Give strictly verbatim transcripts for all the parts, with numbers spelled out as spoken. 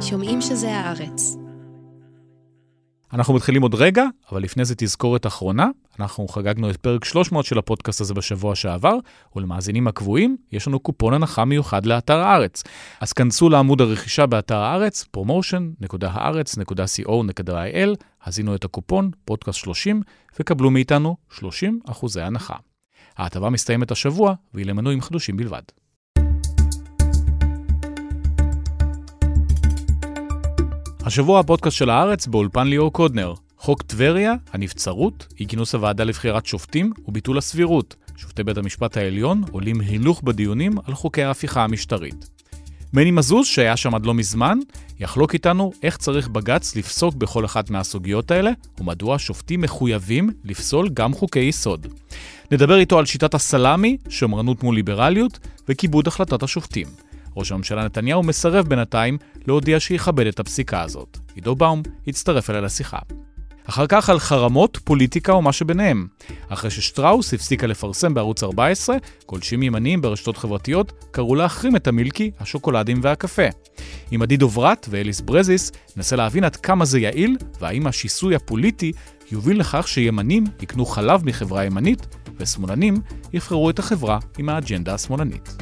שומעים שזה הארץ. אנחנו מתחילים עוד רגע, אבל לפני זה תזכורת אחרונה. אנחנו חגגנו את פרק שלוש מאות של הפודקאסט הזה בשבוע שעבר, ולמאזינים הקבועים יש לנו קופון הנחה מיוחד לאתר הארץ. אז כנסו לעמוד הרכישה באתר הארץ, פרומושן נקודה הארץ נקודה סי או נקודה איי אל, הזינו את הקופון, פודקאסט שלושים, וקבלו מאיתנו שלושים אחוזי הנחה. ההטבה מסתיימת השבוע, והיא למנויים חדושים בלבד. השבוע הפודקאסט של הארץ באולפן ליאור קודנר. חוק טבריה, הנבצרות, היא כינוס הוועדה לבחירת שופטים וביטול הסבירות. שופטי בית המשפט העליון עולים הילוך בדיונים על חוקי ההפיכה המשטרית. מני מזוז, שהיה שם עד לא מזמן, יחלוק איתנו איך צריך בג"ץ לפסוק בכל אחת מהסוגיות האלה, ומדוע השופטים מחויבים לפסול גם חוקי יסוד. נדבר איתו על שיטת הסלאמי, שמרנות מול ליברליות, וכיבוד החלטת השופטים. ראש הממשלה נתניהו מסרב בינתיים להודיע שיכבד את הפסיקה הזאת. עידו באום הצטרף אליה לשיחה. אחר כך על חרמות, פוליטיקה ומה שביניהם. אחרי ששטראוס הפסיקה לפרסם בערוץ ארבע עשרה, גולשים ימניים ברשתות חברתיות קראו להחרים את המילקי, השוקולדים והקפה. עם עדי דוברת ואליס ברזיס ננסה להבין עד כמה זה יעיל, והאם השיסוי הפוליטי יוביל לכך שימנים יקנו חלב מחברה ימנית, ושמאלנים יבחרו את החברה עם האג'נדה השמאלנית.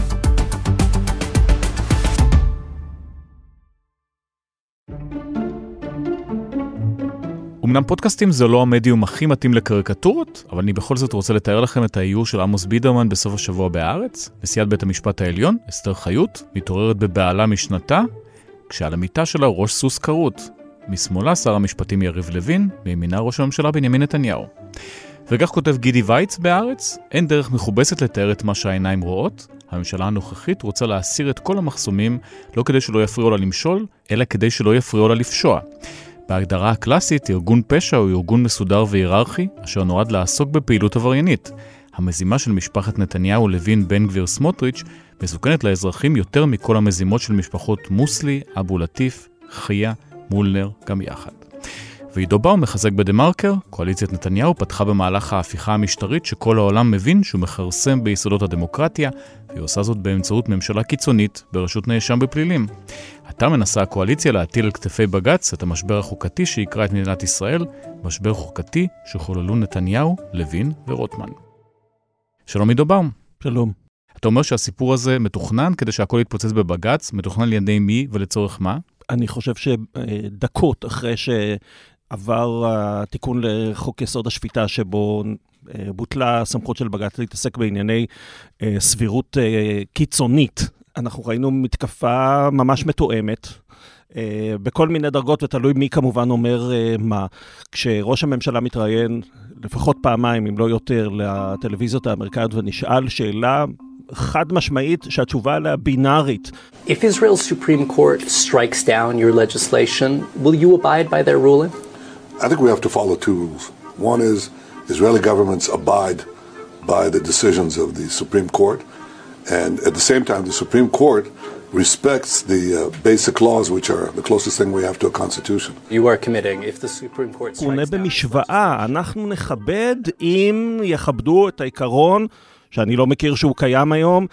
אמנם פודקאסטים זה לא המדיום הכי מתאים לקריקטורות, אבל אני בכל זאת רוצה לתאר לכם את האיור של עמוס בידרמן בסוף השבוע בארץ. נשיאת בית המשפט העליון, אסתר חיות, מתעוררת בבעלה משנתה, כשעל המיטה שלה ראש סוס כרות. משמאלה שר המשפטים יריב לוין, מימינה ראש הממשלה בנימין נתניהו. וכך כותב גידי וייץ בארץ, אין דרך מכובסת לתאר את מה שהעיניים רואות. הממשלה הנוכחית רוצה להסיר את כל המחסומים, לא כדי שלא יפריעו לה למשול, אלא כדי שלא יפריעו לה לפשוע. בהגדרה הקלאסית, ארגון פשע הוא ארגון מסודר והיררכי, אשר נועד לעסוק בפעילות עבריינית. המזימה של משפחת נתניהו, לוין, בן גביר, סמוטריץ' מסוכנת לאזרחים יותר מכל המזימות של משפחות מוסלי, אבו לטיף, חיה, מולנר, גם יחד. ועידו באום מחזק בדמרקר, קואליציית נתניהו פתחה במהלך ההפיכה המשטרית שכל העולם מבין שהוא מחרסם ביסודות הדמוקרטיה, והיא עושה זאת באמצעות ממשלה קיצונית בראשות נאשם בפלילים. עתה מנסה הקואליציה להטיל על כתפי בג"ץ את המשבר החוקתי שיקרא את מדינת ישראל, משבר חוקתי שחוללו נתניהו, לוין ורוטמן. שלום עידו באום. שלום. אתה אומר שהסיפור הזה מתוכנן כדי שהכל יתפוצץ בבג"ץ, מתוכנן על ידי מי ולצורך מה? אני חושב שדקות אחרי שעבר התיקון לחוק יסוד השפיטה, שבו בוטלה הסמכות של בג"ץ להתעסק בענייני סבירות קיצונית, אנחנו ראינו מתקפה ממש מתואמת, בכל מיני דרגות, ותלוי מי כמובן אומר מה. כשראש הממשלה מתראיין לפחות פעמיים, אם לא יותר, לטלוויזיות האמריקאיות, ונשאל שאלה חד משמעית שהתשובה עליה בינארית. If Israel's Supreme Court strikes down your legislation, will you abide by their ruling? I think we have to follow two rules. One is Israeli governments abide by the decisions of the Supreme Court, and at the same time the Supreme Court respects the uh, basic laws which are the closest thing we have to a constitution. You are committing if the Supreme Court strikes down. הוא במשוואה, אנחנו נכבד אם יכבדו את העיקרון שאני לא מכיר שהוא קיים היום,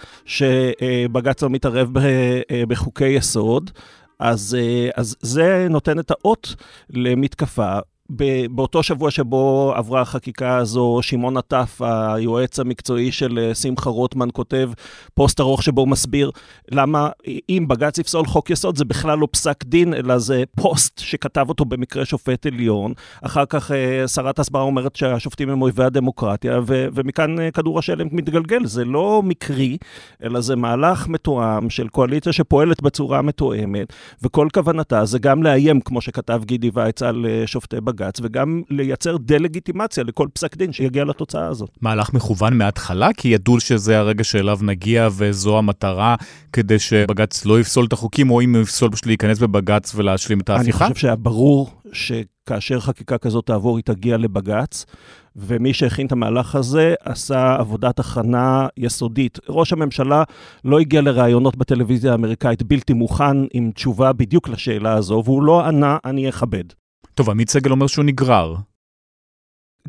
שבג"ץ לא מתערב בחוקי יסוד, אז, אז זה נותן את האות למתקפה. באותו שבוע שבו עברה החקיקה הזו, שמעון עטף, היועץ המקצועי של שמחה רוטמן, כותב פוסט ארוך שבו הוא מסביר למה אם בג"ץ יפסול חוק יסוד זה בכלל לא פסק דין, אלא זה פוסט שכתב אותו במקרה שופט עליון. אחר כך שרת הסברה אומרת שהשופטים הם אויבי הדמוקרטיה, ו- ומכאן כדור השלם מתגלגל. זה לא מקרי, אלא זה מהלך מתואם של קואליציה שפועלת בצורה מתואמת, וכל כוונתה זה גם לאיים, כמו שכתב גידי וייץ על שופטי בג"ץ, וגם לייצר דלגיטימציה לכל פסק דין שיגיע לתוצאה הזאת. מהלך מכוון מההתחלה, כי ידעו שזה הרגע שאליו נגיע, וזו המטרה כדי שבג"ץ לא יפסול את החוקים, או אם הוא יפסול פשוט להיכנס בבג"ץ ולהשלים את ההפיכה? אני חושב שהיה ברור שכאשר חקיקה כזאת תעבור, היא תגיע לבג"ץ, ומי שהכין את המהלך הזה עשה עבודת הכנה יסודית. ראש הממשלה לא הגיע לראיונות בטלוויזיה האמריקאית בלתי מוכן עם תשובה בדיוק לשאלה הזו, והוא לא ענה, אני אכבד. טוב, עמית סגל אומר שהוא נגרר.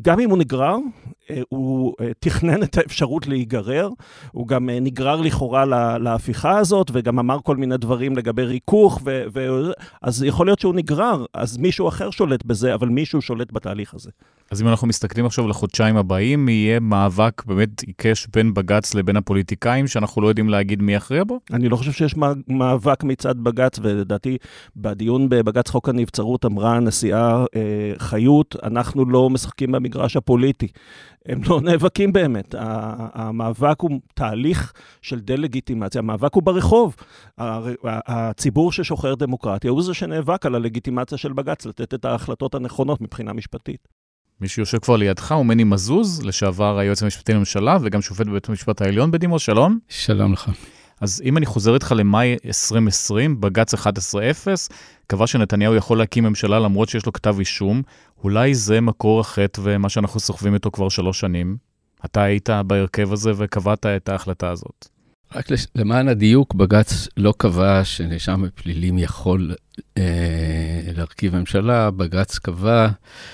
גם אם הוא נגרר, הוא תכנן את האפשרות להיגרר, הוא גם נגרר לכאורה להפיכה הזאת, וגם אמר כל מיני דברים לגבי ריכוך, ו- ו- אז יכול להיות שהוא נגרר, אז מישהו אחר שולט בזה, אבל מישהו שולט בתהליך הזה. אז אם אנחנו מסתכלים עכשיו לחודשיים הבאים, יהיה מאבק באמת עיקש בין בג"ץ לבין הפוליטיקאים, שאנחנו לא יודעים להגיד מי יכריע בו? אני לא חושב שיש מאבק מצד בג"ץ, ולדעתי בדיון בבג"ץ חוק הנבצרות אמרה הנשיאה אה, חיות, אנחנו לא משחקים במגרש הפוליטי. הם לא נאבקים באמת. המאבק הוא תהליך של דה-לגיטימציה, המאבק הוא ברחוב. הציבור ששוחר דמוקרטיה הוא זה שנאבק על הלגיטימציה של בג"ץ, לתת את ההחלטות הנכונות מבחינה משפטית. מי שיושב כבר לידך הוא מני מזוז, לשעבר היועץ המשפטי לממשלה, וגם שופט בבית המשפט העליון בדימוס. שלום. שלום לך. אז אם אני חוזר איתך למאי עשרים עשרים, בג"ץ אחת עשרה אפס, קבע שנתניהו יכול להקים ממשלה למרות שיש לו כתב אישום, אולי זה מקור החטא ומה שאנחנו סוחבים איתו כבר שלוש שנים. אתה היית בהרכב הזה וקבעת את ההחלטה הזאת. רק למען הדיוק, בג"ץ לא קבע שנאשם בפלילים יכול אה, להרכיב ממשלה, בג"ץ קבע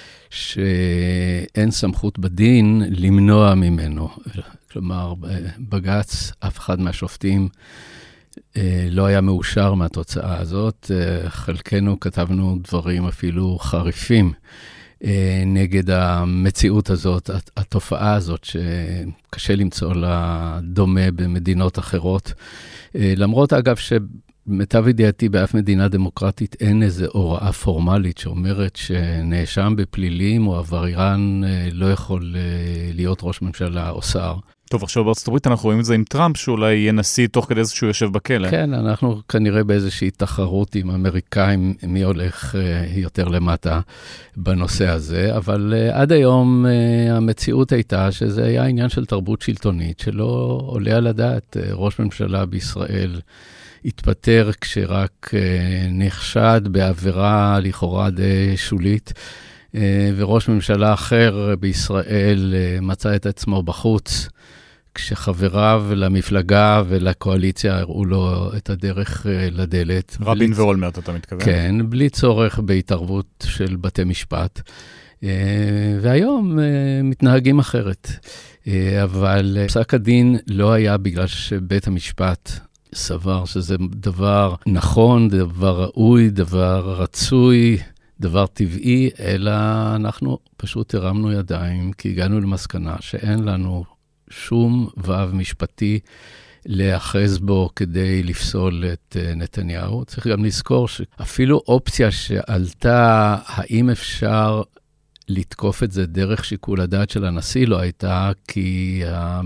שאין סמכות בדין למנוע ממנו. כלומר, בג"ץ, אף אחד מהשופטים לא היה מאושר מהתוצאה הזאת. חלקנו כתבנו דברים אפילו חריפים נגד המציאות הזאת, התופעה הזאת שקשה למצוא לה דומה במדינות אחרות. למרות אגב שבמיטב ידיעתי באף מדינה דמוקרטית אין איזו הוראה פורמלית שאומרת שנאשם בפלילים או עבריין לא יכול להיות ראש ממשלה או שר. טוב, עכשיו בארצות הברית אנחנו רואים את זה עם טראמפ, שאולי יהיה נשיא תוך כדי שהוא יושב בכלא. כן, אנחנו כנראה באיזושהי תחרות עם אמריקאים, מי הולך יותר למטה בנושא הזה, אבל עד היום המציאות הייתה שזה היה עניין של תרבות שלטונית, שלא עולה על הדעת. ראש ממשלה בישראל התפטר כשרק נחשד בעבירה לכאורה די שולית, וראש ממשלה אחר בישראל מצא את עצמו בחוץ, כשחבריו למפלגה ולקואליציה הראו לו את הדרך לדלת. רבין בלי... ואולמרט, אתה מתכוון? כן, בלי צורך בהתערבות של בתי משפט. והיום מתנהגים אחרת. אבל פסק הדין לא היה בגלל שבית המשפט סבר שזה דבר נכון, דבר ראוי, דבר רצוי, דבר טבעי, אלא אנחנו פשוט הרמנו ידיים, כי הגענו למסקנה שאין לנו שום ואב משפטי להאחז בו כדי לפסול את נתניהו. צריך גם לזכור שאפילו אופציה שעלתה, האם אפשר לתקוף את זה דרך שיקול הדעת של הנשיא, לא הייתה, כי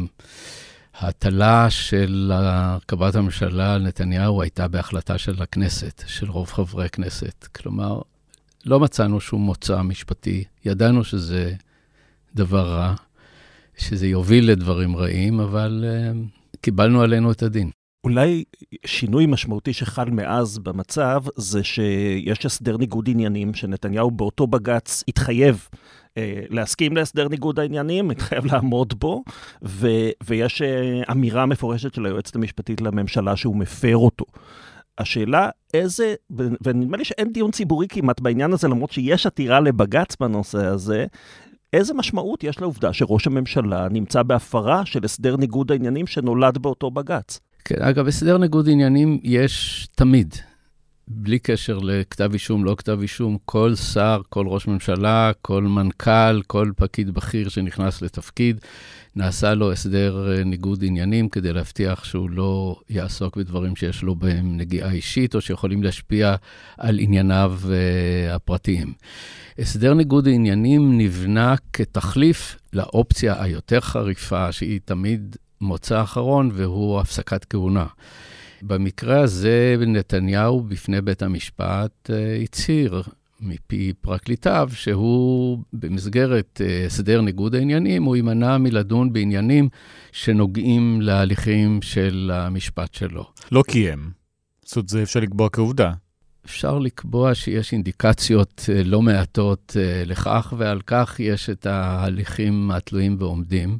ההטלה של הרכבת הממשלה על נתניהו הייתה בהחלטה של הכנסת, של רוב חברי הכנסת. כלומר, לא מצאנו שום מוצא משפטי, ידענו שזה דבר רע, שזה יוביל לדברים רעים, אבל uh, קיבלנו עלינו את הדין. אולי שינוי משמעותי שחל מאז במצב, זה שיש הסדר ניגוד עניינים, שנתניהו באותו בג"ץ התחייב אה, להסכים להסדר ניגוד העניינים, התחייב לעמוד בו, ו- ויש אה, אמירה מפורשת של היועצת המשפטית לממשלה שהוא מפר אותו. השאלה איזה, ונדמה לי שאין דיון ציבורי כמעט בעניין הזה, למרות שיש עתירה לבג"ץ בנושא הזה, איזה משמעות יש לעובדה שראש הממשלה נמצא בהפרה של הסדר ניגוד העניינים שנולד באותו בג"ץ? כן, אגב, הסדר ניגוד עניינים יש תמיד, בלי קשר לכתב אישום, לא כתב אישום, כל שר, כל ראש ממשלה, כל מנכ"ל, כל פקיד בכיר שנכנס לתפקיד, נעשה לו הסדר ניגוד עניינים כדי להבטיח שהוא לא יעסוק בדברים שיש לו בהם נגיעה אישית, או שיכולים להשפיע על ענייניו uh, הפרטיים. הסדר ניגוד עניינים נבנה כתחליף לאופציה היותר חריפה, שהיא תמיד מוצא אחרון, והוא הפסקת כהונה. במקרה הזה נתניהו בפני בית המשפט הצהיר מפי פרקליטיו שהוא במסגרת הסדר ניגוד העניינים, הוא יימנע מלדון בעניינים שנוגעים להליכים של המשפט שלו. לא קיים. זאת אומרת, זה אפשר לקבוע כעובדה. אפשר לקבוע שיש אינדיקציות לא מעטות לכך, ועל כך יש את ההליכים התלויים ועומדים,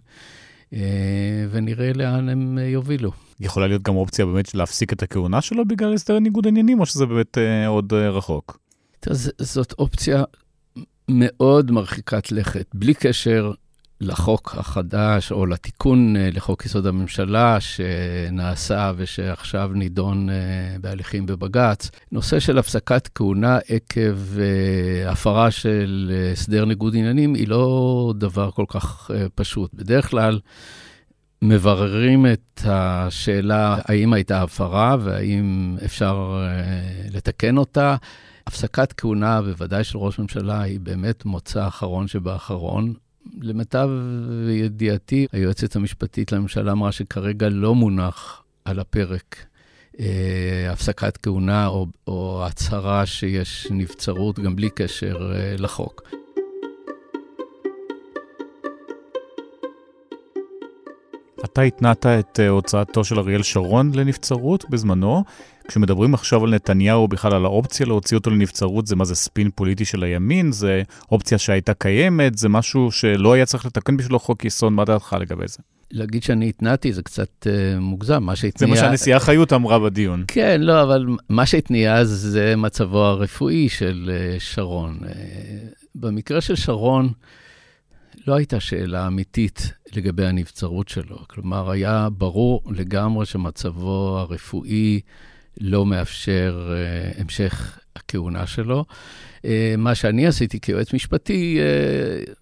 ונראה לאן הם יובילו. יכולה להיות גם אופציה באמת להפסיק את הכהונה שלו בגלל הסדר ניגוד עניינים, או שזה באמת עוד רחוק? אז זאת אופציה מאוד מרחיקת לכת, בלי קשר לחוק החדש, או לתיקון לחוק יסוד הממשלה שנעשה ושעכשיו נידון בהליכים בבג"ץ. נושא של הפסקת כהונה עקב הפרה של הסדר ניגוד עניינים היא לא דבר כל כך פשוט. בדרך כלל מבררים את השאלה האם הייתה הפרה והאם אפשר לתקן אותה. הפסקת כהונה, בוודאי של ראש ממשלה, היא באמת מוצא האחרון שבאחרון. למיטב ידיעתי, היועצת המשפטית לממשלה אמרה שכרגע לא מונח על הפרק אה, הפסקת כהונה או, או הצהרה שיש נבצרות, גם בלי קשר אה, לחוק. אתה התנעת את הוצאתו של אריאל שרון לנבצרות בזמנו. כשמדברים עכשיו על נתניהו, בכלל על האופציה להוציא אותו לנבצרות, זה מה זה ספין פוליטי של הימין? זה אופציה שהייתה קיימת? זה משהו שלא היה צריך לתקן בשבילו חוק יסוד? מה דעתך לגבי זה? להגיד שאני התנעתי זה קצת uh, מוגזם. מה שהתניע... זה מה שהנשיאה חיות אמרה בדיון. כן, לא, אבל מה שהתניע זה מצבו הרפואי של uh, שרון. Uh, במקרה של שרון, לא הייתה שאלה אמיתית לגבי הנבצרות שלו. כלומר, היה ברור לגמרי שמצבו הרפואי לא מאפשר uh, המשך הכהונה שלו. Uh, מה שאני עשיתי כיועץ משפטי, uh,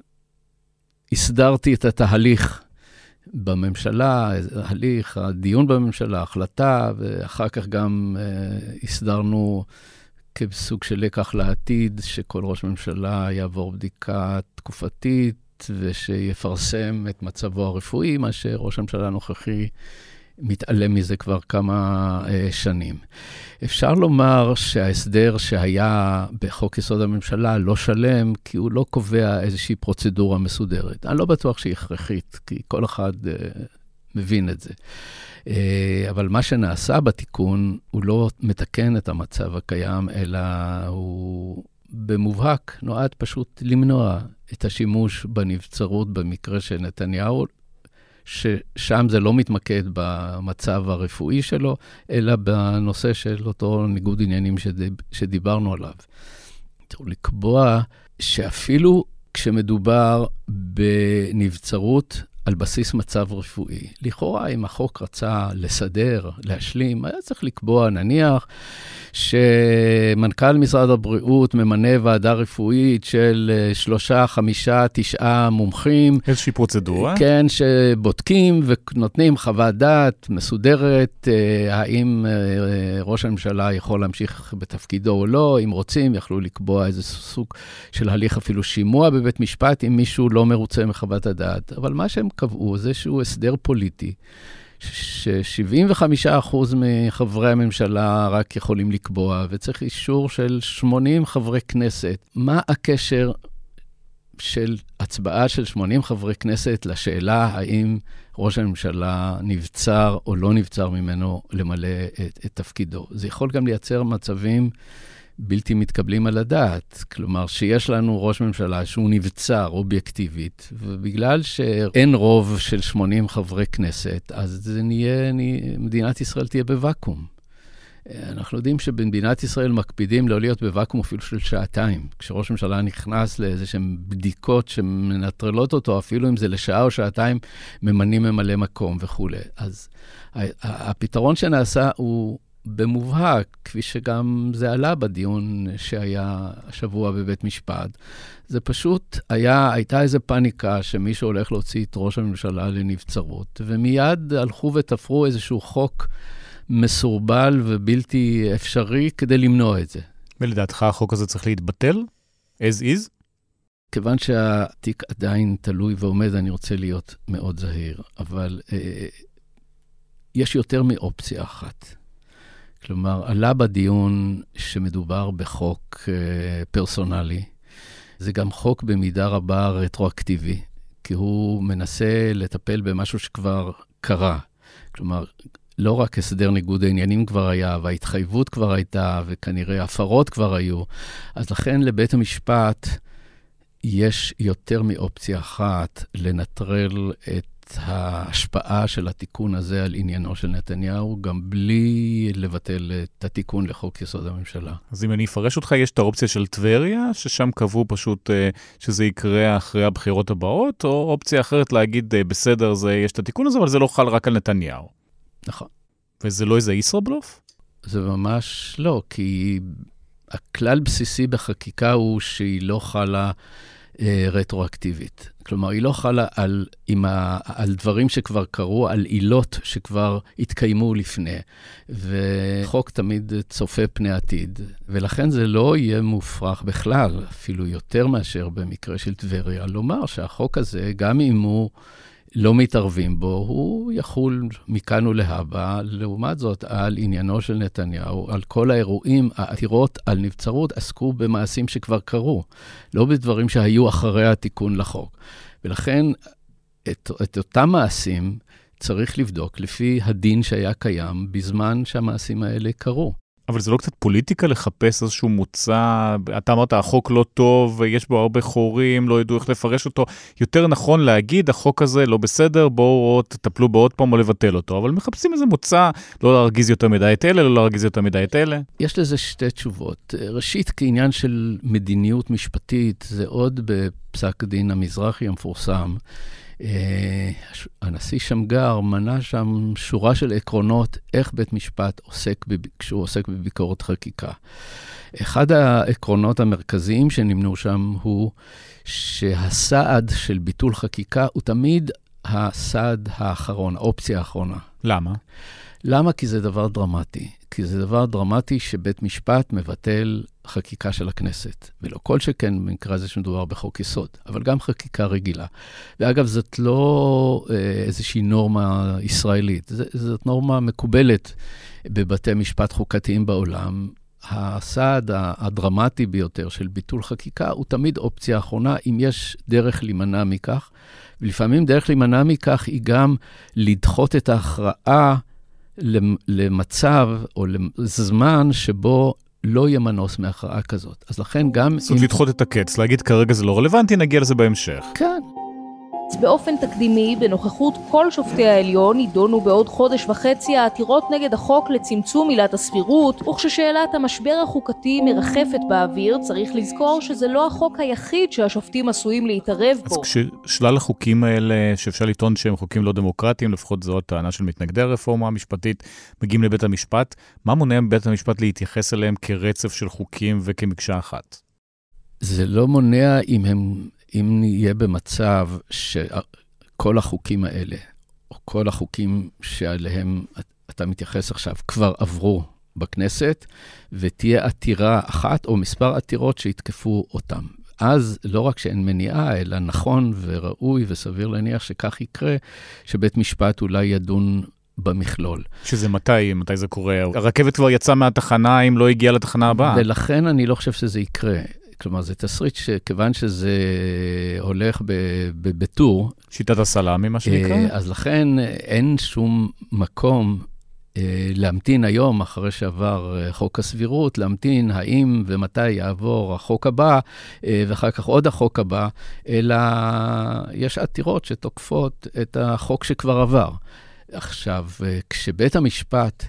הסדרתי את התהליך בממשלה, הליך, הדיון בממשלה, החלטה, ואחר כך גם uh, הסדרנו כסוג של לקח לעתיד, שכל ראש ממשלה יעבור בדיקה תקופתית, ושיפרסם את מצבו הרפואי, מה שראש הממשלה הנוכחי מתעלם מזה כבר כמה uh, שנים. אפשר לומר שההסדר שהיה בחוק יסוד הממשלה לא שלם, כי הוא לא קובע איזושהי פרוצדורה מסודרת. אני לא בטוח שהיא הכרחית, כי כל אחד uh, מבין את זה. Uh, אבל מה שנעשה בתיקון, הוא לא מתקן את המצב הקיים, אלא הוא במובהק נועד פשוט למנוע את השימוש בנבצרות במקרה של נתניהו, ששם זה לא מתמקד במצב הרפואי שלו, אלא בנושא של אותו ניגוד עניינים שדיברנו עליו. צריך לקבוע שאפילו כשמדובר בנבצרות על בסיס מצב רפואי, לכאורה אם החוק רצה לסדר, להשלים, היה צריך לקבוע נניח שמנכ"ל משרד הבריאות ממנה ועדה רפואית של שלושה, חמישה, תשעה מומחים. איזושהי פרוצדורה. כן, שבודקים ונותנים חוות דעת מסודרת, האם ראש הממשלה יכול להמשיך בתפקידו או לא, אם רוצים, יכלו לקבוע איזה סוג של הליך אפילו שימוע בבית משפט, אם מישהו לא מרוצה מחוות הדעת. אבל מה שהם קבעו זה שהוא הסדר פוליטי, ש-שבעים וחמישה אחוז מחברי הממשלה רק יכולים לקבוע, וצריך אישור של שמונים חברי כנסת. מה הקשר של הצבעה של שמונים חברי כנסת לשאלה האם ראש הממשלה נבצר או לא נבצר ממנו למלא את, את תפקידו? זה יכול גם לייצר מצבים בלתי מתקבלים על הדעת. כלומר, שיש לנו ראש ממשלה שהוא נבצר אובייקטיבית, ובגלל שאין רוב של שמונים חברי כנסת, אז זה נהיה, מדינת ישראל תהיה בוואקום. אנחנו יודעים שבמדינת ישראל מקפידים לא להיות בוואקום אפילו של שעתיים. כשראש ממשלה נכנס לאיזשהם בדיקות שמנטרלות אותו, אפילו אם זה לשעה או שעתיים, ממנים ממלא מקום וכו'. אז הפתרון שנעשה הוא במובהק, כפי שגם זה עלה בדיון שהיה השבוע בבית משפט. זה פשוט היה, הייתה איזו פאניקה שמישהו הולך להוציא את ראש הממשלה לנבצרות, ומיד הלכו ותפרו איזשהו חוק מסורבל ובלתי אפשרי כדי למנוע את זה. ולדעתך החוק הזה צריך להתבטל? as is? כיוון שהתיק עדיין תלוי ועומד, אני רוצה להיות מאוד זהיר, אבל אה, יש יותר מאופציה אחת. כלומר, עלה בדיון שמדובר בחוק אה, פרסונלי. זה גם חוק במידה רבה רטרואקטיבי, כי הוא מנסה לטפל במשהו שכבר קרה. כלומר, לא רק הסדר ניגוד העניינים כבר היה, וההתחייבות כבר הייתה, וכנראה הפרות כבר היו. אז לכן לבית המשפט יש יותר מאופציה אחת לנטרל את את ההשפעה של התיקון הזה על עניינו של נתניהו, גם בלי לבטל את התיקון לחוק יסוד הממשלה. אז אם אני אפרש אותך, יש את האופציה של טבריה, ששם קבעו פשוט שזה יקרה אחרי הבחירות הבאות, או אופציה אחרת להגיד, בסדר, זה, יש את התיקון הזה, אבל זה לא חל רק על נתניהו. נכון. וזה לא איזה ישראבלוף? זה ממש לא, כי הכלל בסיסי בחקיקה הוא שהיא לא חלה אה, רטרואקטיבית. כלומר, היא לא חלה על, ה, על דברים שכבר קרו, על עילות שכבר התקיימו לפני. וחוק תמיד צופה פני עתיד, ולכן זה לא יהיה מופרך בכלל, אפילו יותר מאשר במקרה של טבריה, לומר שהחוק הזה, גם אם הוא לא מתערבים בו, הוא יחול מכאן ולהבא, לעומת זאת, על עניינו של נתניהו, על כל האירועים, העתירות על נבצרות, עסקו במעשים שכבר קרו, לא בדברים שהיו אחרי התיקון לחוק. ולכן, את, את אותם מעשים צריך לבדוק לפי הדין שהיה קיים בזמן שהמעשים האלה קרו. אבל זה לא קצת פוליטיקה לחפש איזשהו מוצא, אתה אמרת, החוק לא טוב, יש בו הרבה חורים, לא ידעו איך לפרש אותו. יותר נכון להגיד, החוק הזה לא בסדר, בואו תטפלו בעוד פעם או לבטל אותו. אבל מחפשים איזה מוצא, לא להרגיז יותר מדי את אלה, לא להרגיז יותר מדי את אלה. יש לזה שתי תשובות. ראשית, כעניין של מדיניות משפטית, זה עוד בפסק דין המזרחי המפורסם. הנשיא שמגר מנה שם שורה של עקרונות איך בית משפט עוסק, כשהוא עוסק בביקורת חקיקה. אחד העקרונות המרכזיים שנמנו שם הוא שהסעד של ביטול חקיקה הוא תמיד הסעד האחרון, האופציה האחרונה. למה? למה? כי זה דבר דרמטי. כי זה דבר דרמטי שבית משפט מבטל חקיקה של הכנסת. ולא כל שכן במקרה זה שמדובר בחוק יסוד, אבל גם חקיקה רגילה. ואגב, זאת לא איזושהי נורמה ישראלית, זאת נורמה מקובלת בבתי משפט חוקתיים בעולם. הסעד הדרמטי ביותר של ביטול חקיקה הוא תמיד אופציה האחרונה, אם יש דרך להימנע מכך. ולפעמים דרך להימנע מכך היא גם לדחות את ההכרעה למצב או לזמן שבו לא יהיה מנוס מהכרעה כזאת. אז לכן גם... זאת אם... לדחות את הקץ, להגיד כרגע זה לא רלוונטי, נגיע לזה בהמשך. כן. באופן תקדימי, בנוכחות כל שופטי העליון, יידונו בעוד חודש וחצי העתירות נגד החוק לצמצום עילת הסבירות, וכששאלת המשבר החוקתי מרחפת באוויר, צריך לזכור שזה לא החוק היחיד שהשופטים עשויים להתערב בו. אז כששלל החוקים האלה, שאפשר לטעון שהם חוקים לא דמוקרטיים, לפחות זו הטענה של מתנגדי הרפורמה המשפטית, מגיעים לבית המשפט, מה מונע מבית המשפט להתייחס אליהם כרצף של חוקים וכמקשה אחת? זה לא מונע אם הם... אם נהיה במצב שכל החוקים האלה, או כל החוקים שעליהם אתה מתייחס עכשיו, כבר עברו בכנסת, ותהיה עתירה אחת או מספר עתירות שיתקפו אותם. אז לא רק שאין מניעה, אלא נכון וראוי וסביר להניח שכך יקרה, שבית משפט אולי ידון במכלול. שזה מתי, מתי זה קורה? הרכבת כבר יצאה מהתחנה, אם לא הגיעה לתחנה הבאה. ולכן אני לא חושב שזה יקרה. כלומר, זה תסריט שכיוון שזה הולך בטור. שיטת הסלאמי, מה שנקרא. אז לכן אין שום מקום להמתין היום, אחרי שעבר חוק הסבירות, להמתין האם ומתי יעבור החוק הבא, ואחר כך עוד החוק הבא, אלא יש עתירות שתוקפות את החוק שכבר עבר. עכשיו, כשבית המשפט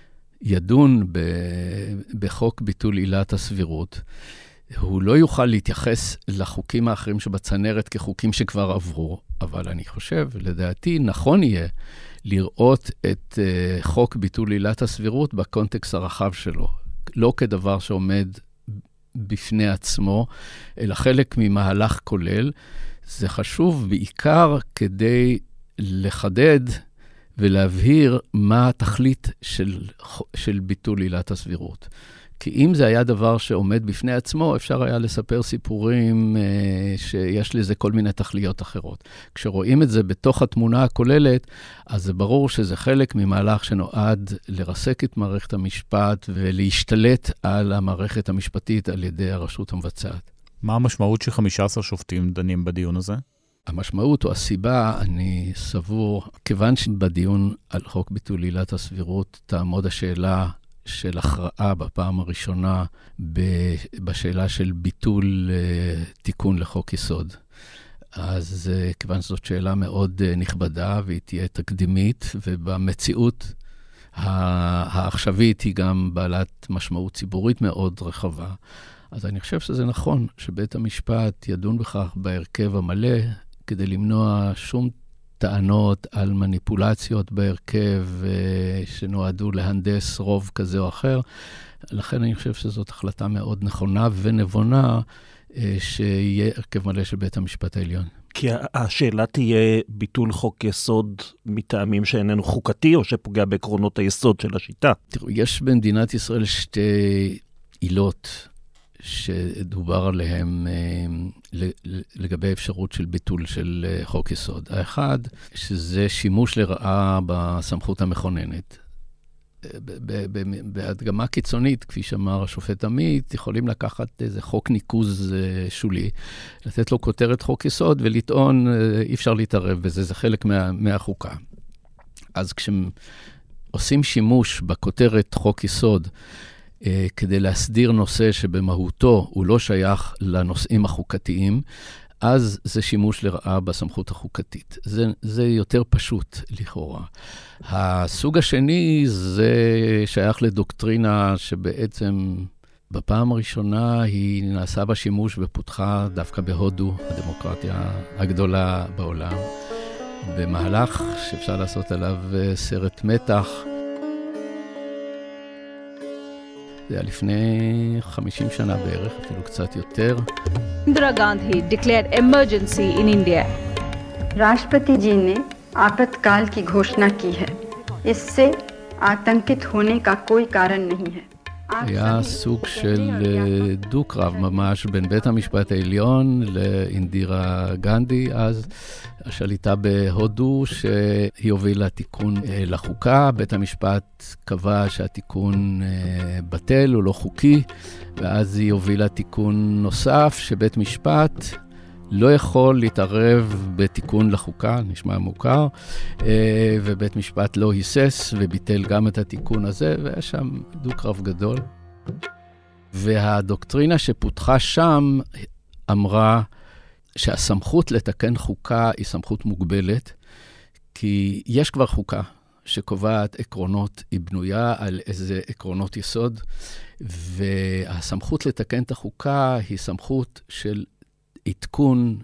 ידון בחוק ביטול עילת הסבירות, הוא לא יוכל להתייחס לחוקים האחרים שבצנרת כחוקים שכבר עברו, אבל אני חושב, לדעתי, נכון יהיה לראות את uh, חוק ביטול עילת הסבירות בקונטקסט הרחב שלו. לא כדבר שעומד בפני עצמו, אלא חלק ממהלך כולל. זה חשוב בעיקר כדי לחדד ולהבהיר מה התכלית של, של ביטול עילת הסבירות. כי אם זה היה דבר שעומד בפני עצמו, אפשר היה לספר סיפורים אה, שיש לזה כל מיני תכליות אחרות. כשרואים את זה בתוך התמונה הכוללת, אז זה ברור שזה חלק ממהלך שנועד לרסק את מערכת המשפט ולהשתלט על המערכת המשפטית על ידי הרשות המבצעת. מה המשמעות ש-חמישה עשר שופטים דנים בדיון הזה? המשמעות או הסיבה, אני סבור, כיוון שבדיון על חוק ביטול עילת הסבירות תעמוד השאלה של הכרעה בפעם הראשונה בשאלה של ביטול תיקון לחוק יסוד. אז כיוון שזאת שאלה מאוד נכבדה, והיא תהיה תקדימית, ובמציאות העכשווית היא גם בעלת משמעות ציבורית מאוד רחבה. אז אני חושב שזה נכון שבית המשפט ידון בכך בהרכב המלא, כדי למנוע שום טענות על מניפולציות בהרכב שנועדו להנדס רוב כזה או אחר. לכן אני חושב שזאת החלטה מאוד נכונה ונבונה, שיהיה הרכב מלא של בית המשפט העליון. כי השאלה תהיה ביטול חוק יסוד מטעמים שאיננו חוקתי, או שפוגע בעקרונות היסוד של השיטה. תראו, יש במדינת ישראל שתי עילות שדובר עליהם לגבי אפשרות של ביטול של חוק יסוד. האחד, שזה שימוש לרעה בסמכות המכוננת. בהדגמה קיצונית, כפי שאמר השופט עמית, יכולים לקחת איזה חוק ניקוז שולי, לתת לו כותרת חוק יסוד ולטעון, אי אפשר להתערב בזה, זה חלק מה, מהחוקה. אז כשעושים שימוש בכותרת חוק יסוד, כדי להסדיר נושא שבמהותו הוא לא שייך לנושאים החוקתיים, אז זה שימוש לרעה בסמכות החוקתית. זה, זה יותר פשוט לכאורה. הסוג השני זה שייך לדוקטרינה שבעצם בפעם הראשונה היא נעשה בה שימוש ופותחה דווקא בהודו, הדמוקרטיה הגדולה בעולם, במהלך שאפשר לעשות עליו סרט מתח. זה היה לפני חמישים שנה בערך, אפילו קצת יותר. इंदिरा गांधी declared emergency in India. राष्ट्रपति जी ने आपातकाल की घोषणा की है. इससे आतंकित होने का कोई कारण नहीं है. היה סוג של דו-קרב ממש בין בית המשפט העליון לאינדירה גנדי, אז השליטה בהודו שהיא הובילה תיקון לחוקה, בית המשפט קבע שהתיקון בטל, הוא לא חוקי, ואז היא הובילה תיקון נוסף שבית משפט לא יכול להתערב בתיקון לחוקה, נשמע מוכר, ובית משפט לא היסס וביטל גם את התיקון הזה, והיה שם דו-קרב גדול. והדוקטרינה שפותחה שם אמרה שהסמכות לתקן חוקה היא סמכות מוגבלת, כי יש כבר חוקה שקובעת עקרונות, היא בנויה על איזה עקרונות יסוד, והסמכות לתקן את החוקה היא סמכות של עדכון,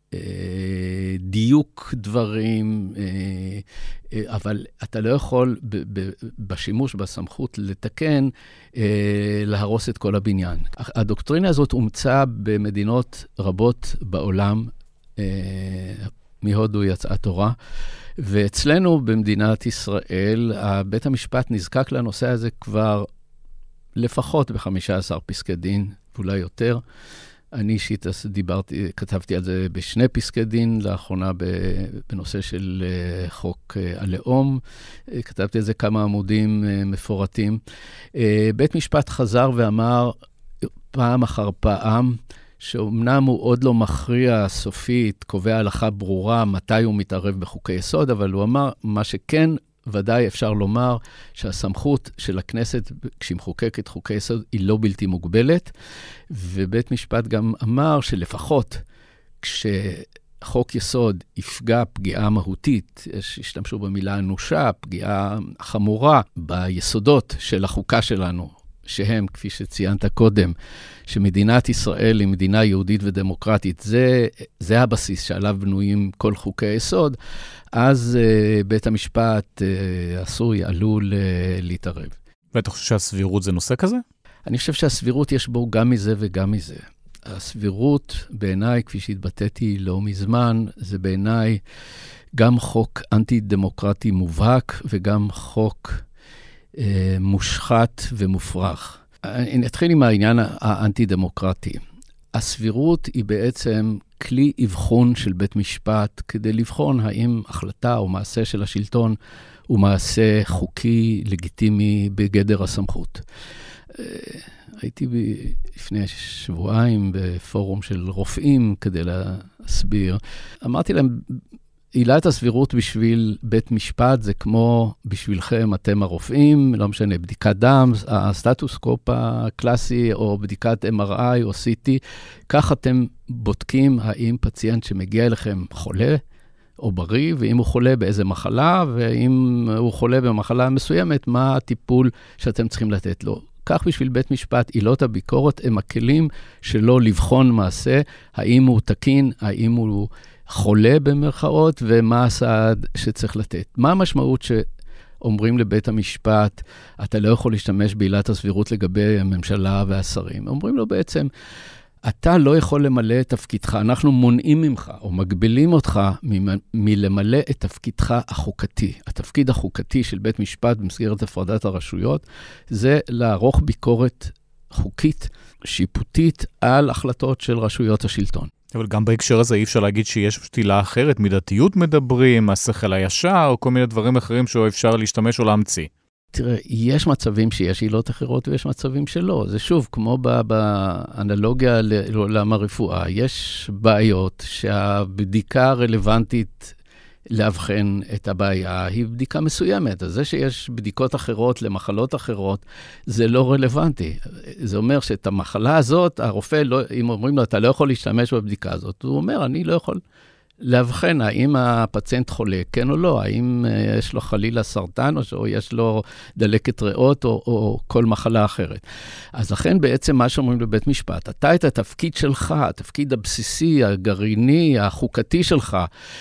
דיוק דברים, אבל אתה לא יכול בשימוש בסמכות לתקן, להרוס את כל הבניין. הדוקטרינה הזאת הומצאה במדינות רבות בעולם, מהודו יצאה תורה, ואצלנו במדינת ישראל, בית המשפט נזקק לנושא הזה כבר לפחות ב-חמישה עשר פסקי דין, ואולי יותר. אני אישית דיברתי, כתבתי על זה בשני פסקי דין, לאחרונה בנושא של חוק הלאום, כתבתי על זה כמה עמודים מפורטים. בית משפט חזר ואמר פעם אחר פעם, שאומנם הוא עוד לא מכריע סופית, קובע הלכה ברורה מתי הוא מתערב בחוקי יסוד, אבל הוא אמר מה שכן, ודאי אפשר לומר שהסמכות של הכנסת, כשהיא מחוקקת חוקי יסוד, היא לא בלתי מוגבלת, ובית משפט גם אמר שלפחות כשחוק יסוד יפגע פגיעה מהותית, יש, השתמשו במילה אנושה, פגיעה חמורה ביסודות של החוקה שלנו, שהם, כפי שציינת קודם, שמדינת ישראל היא מדינה יהודית ודמוקרטית, זה, זה הבסיס שעליו בנויים כל חוקי היסוד, אז uh, בית המשפט uh, עשוי, עלול uh, להתערב. ואתה חושב שהסבירות זה נושא כזה? אני חושב שהסבירות יש בו גם מזה וגם מזה. הסבירות בעיניי, כפי שהתבטאתי לא מזמן, זה בעיניי גם חוק אנטי-דמוקרטי מובהק, וגם חוק uh, מושחת ומופרך. אני אתחיל עם העניין האנטי-דמוקרטי. הסבירות היא בעצם כלי אבחון של בית משפט, כדי לבחון האם החלטה או מעשה של השלטון הוא מעשה חוקי, לגיטימי, בגדר הסמכות. הייתי לפני שבועיים בפורום של רופאים כדי להסביר. אמרתי להם, עילת הסבירות בשביל בית משפט זה כמו בשבילכם, אתם הרופאים, לא משנה, בדיקת דם, הסטטוסקופ הקלאסי, או בדיקת אם אר איי או סי טי, כך אתם בודקים האם פציינט שמגיע אליכם חולה או בריא, ואם הוא חולה באיזה מחלה, ואם הוא חולה במחלה מסוימת, מה הטיפול שאתם צריכים לתת לו. כך בשביל בית משפט, עילות הביקורת הם הכלים שלא לבחון מעשה, האם הוא תקין, האם הוא חולה במרכאות, ומה הסעד שצריך לתת. מה המשמעות שאומרים לבית המשפט, אתה לא יכול להשתמש בעילת הסבירות לגבי הממשלה והשרים? אומרים לו בעצם, אתה לא יכול למלא את תפקידך, אנחנו מונעים ממך, או מגבילים אותך מ- מלמלא את תפקידך החוקתי. התפקיד החוקתי של בית משפט במסגרת הפרדת הרשויות, זה לערוך ביקורת חוקית, שיפוטית, על החלטות של רשויות השלטון. אבל גם בהקשר הזה אי אפשר להגיד שיש שתילה אחרת, מידתיות מדברים, השכל הישר, או כל מיני דברים אחרים שאפשר להשתמש או להמציא. תראה, יש מצבים שיש עילות אחרות ויש מצבים שלא. זה שוב, כמו באנלוגיה לעולם הרפואה, יש בעיות שהבדיקה הרלוונטית להבחן את הבעיה היא בדיקה מסוימת. אז זה שיש בדיקות אחרות למחלות אחרות, זה לא רלוונטי. זה אומר שאת המחלה הזאת, הרופא, לא, אם אומרים לו, אתה לא יכול להשתמש בבדיקה הזאת, הוא אומר, אני לא יכול להבחן האם הפציינט חולה, כן או לא, האם יש לו חלילה סרטן, או יש לו דלקת ריאות, או, או כל מחלה אחרת. אז לכן בעצם מה שאומרים לבית משפט, אתה את התפקיד שלך, התפקיד הבסיסי, הגרעיני, החוקתי שלך,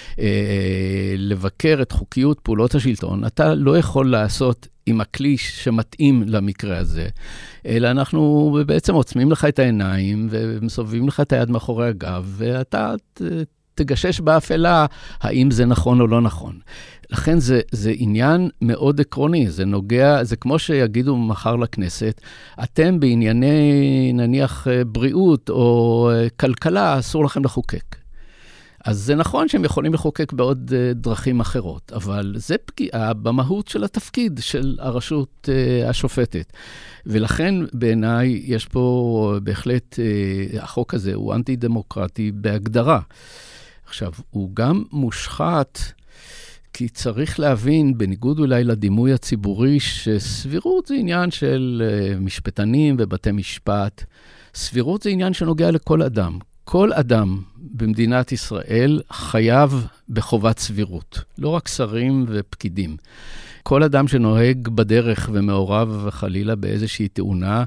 אה, לבקר את חוקיות פעולות השלטון, אתה לא יכול לעשות עם הכלי שמתאים למקרה הזה, אלא אנחנו בעצם עוצמים לך את העיניים, ומסובבים לך את היד מאחורי הגב, ואתה תגשש באפלה, האם זה נכון או לא נכון. לכן זה, זה עניין מאוד עקרוני, זה נוגע, זה כמו שיגידו מחר לכנסת, אתם בענייני נניח בריאות או כלכלה, אסור לכם לחוקק. אז זה נכון שהם יכולים לחוקק בעוד דרכים אחרות, אבל זה פגיעה במהות של התפקיד של הרשות השופטת. ולכן בעיניי יש פה בהחלט, החוק הזה הוא אנטי-דמוקרטי בהגדרה. עכשיו, הוא גם מושחת, כי צריך להבין, בניגוד אולי לדימוי הציבורי, שסבירות זה עניין של משפטנים ובתי משפט. סבירות זה עניין שנוגע לכל אדם. כל אדם במדינת ישראל חייב בחובת סבירות, לא רק שרים ופקידים. כל אדם שנוהג בדרך ומעורב וחלילה באיזושהי תאונה,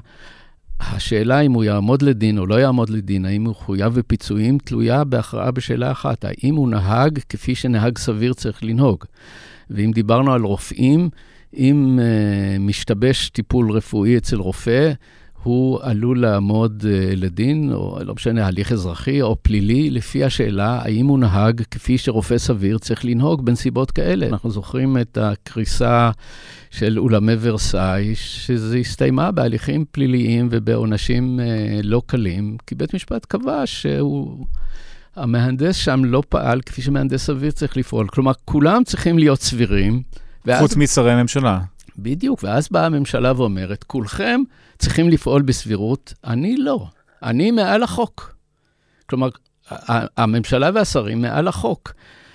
השאלה אם הוא יעמוד לדין או לא יעמוד לדין, האם הוא חויב בפיצויים, תלויה בהכרעה בשאלה אחת, האם הוא נהג כפי שנהג סביר צריך לנהוג. ואם דיברנו על רופאים, אם uh, משתבש טיפול רפואי אצל רופא, הוא עלול לעמוד uh, לדין, או לא משנה, הליך אזרחי או פלילי, לפי השאלה האם הוא נהג כפי שרופא סביר צריך לנהוג בנסיבות כאלה. אנחנו זוכרים את הקריסה של אולמי ורסאי, שזה הסתיימה בהליכים פליליים ובעונשים uh, לא קלים, כי בית משפט קבע שהוא, המהנדס שם לא פעל כפי שמהנדס סביר צריך לפעול. כלומר, כולם צריכים להיות סבירים. ואז... חוץ משרי הממשלה. בדיוק, ואז באה הממשלה ואומרת, כולכם צריכים לפעול בסבירות, אני לא. אני מעל החוק. כלומר, הממשלה והשרים מעל החוק.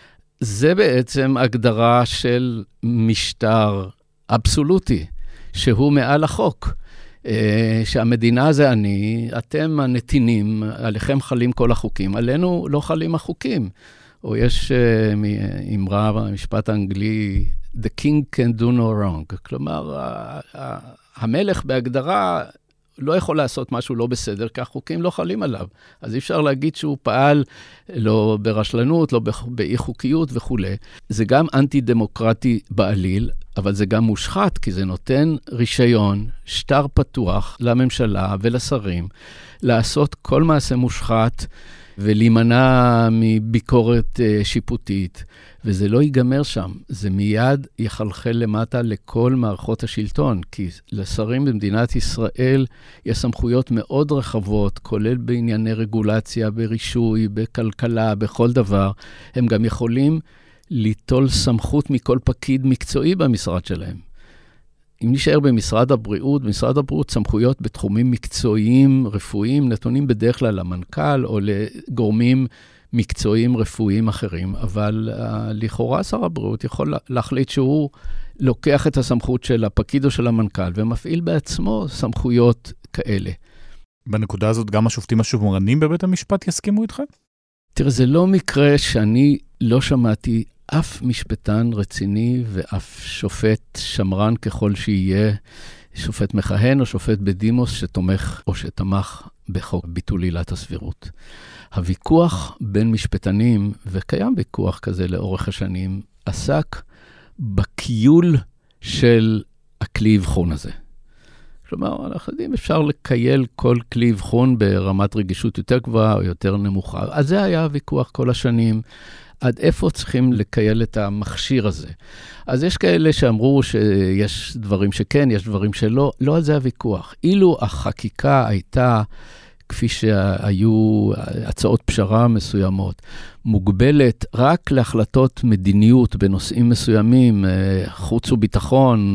זה בעצם הגדרה של משטר אבסולוטי, שהוא מעל החוק. שהמדינה זה אני, אתם הנתינים, עליכם חלים כל החוקים, עלינו לא חלים החוקים. או יש אמרה במשפט האנגלי, The king can do no wrong. כלומר, המלך בהגדרה לא יכול לעשות משהו לא בסדר, כי החוקים לא חלים עליו. אז אי אפשר להגיד שהוא פעל לא ברשלנות, לא באי חוקיות וכו'. זה גם אנטי-דמוקרטי בעליל, אבל זה גם מושחת, כי זה נותן רישיון, שטר פתוח לממשלה ולשרים, לעשות כל מעשה מושחת, ולהימנע מביקורת שיפוטית, וזה לא ייגמר שם, זה מיד יחלחל למטה לכל מערכות השלטון, כי לשרים במדינת ישראל יש סמכויות מאוד רחבות, כולל בענייני רגולציה, ברישוי, בכלכלה, בכל דבר, הם גם יכולים ליטול סמכות מכל פקיד מקצועי במשרד שלהם. אם נשאר במשרד הבריאות, במשרד הבריאות סמכויות בתחומים מקצועיים, רפואיים, נתונים בדרך כלל למנכ"ל או לגורמים מקצועיים רפואיים אחרים, אבל uh, לכאורה שר הבריאות יכול להחליט שהוא לוקח את הסמכות של הפקיד או של המנכ"ל, ומפעיל בעצמו סמכויות כאלה. בנקודה הזאת גם השופטים השומרנים בבית המשפט יסכימו איתך? תראה, זה לא מקרה שאני לא שמעתי אף משפטן רציני ואף שופט שמרן ככל שיהיה, שופט מכהן או שופט בדימוס שתומך או שתמך בחוק ביטול עילת הסבירות. הוויכוח בין משפטנים, וקיים ויכוח כזה לאורך השנים, עסק בקיול של הכלי אבחון הזה. כלומר, אנחנו יודעים, אפשר לקייל כל כלי אבחון ברמת רגישות יותר גבוהה או יותר נמוכה. אז זה היה הוויכוח כל השנים, עד איפה צריכים לקייל את המכשיר הזה. אז יש כאלה שאמרו שיש דברים שכן, יש דברים שלא, לא על זה הוויכוח. אילו החקיקה הייתה, כפי שהיו הצעות פשרה מסוימות, מוגבלת רק להחלטות מדיניות בנושאים מסוימים, חוץ וביטחון,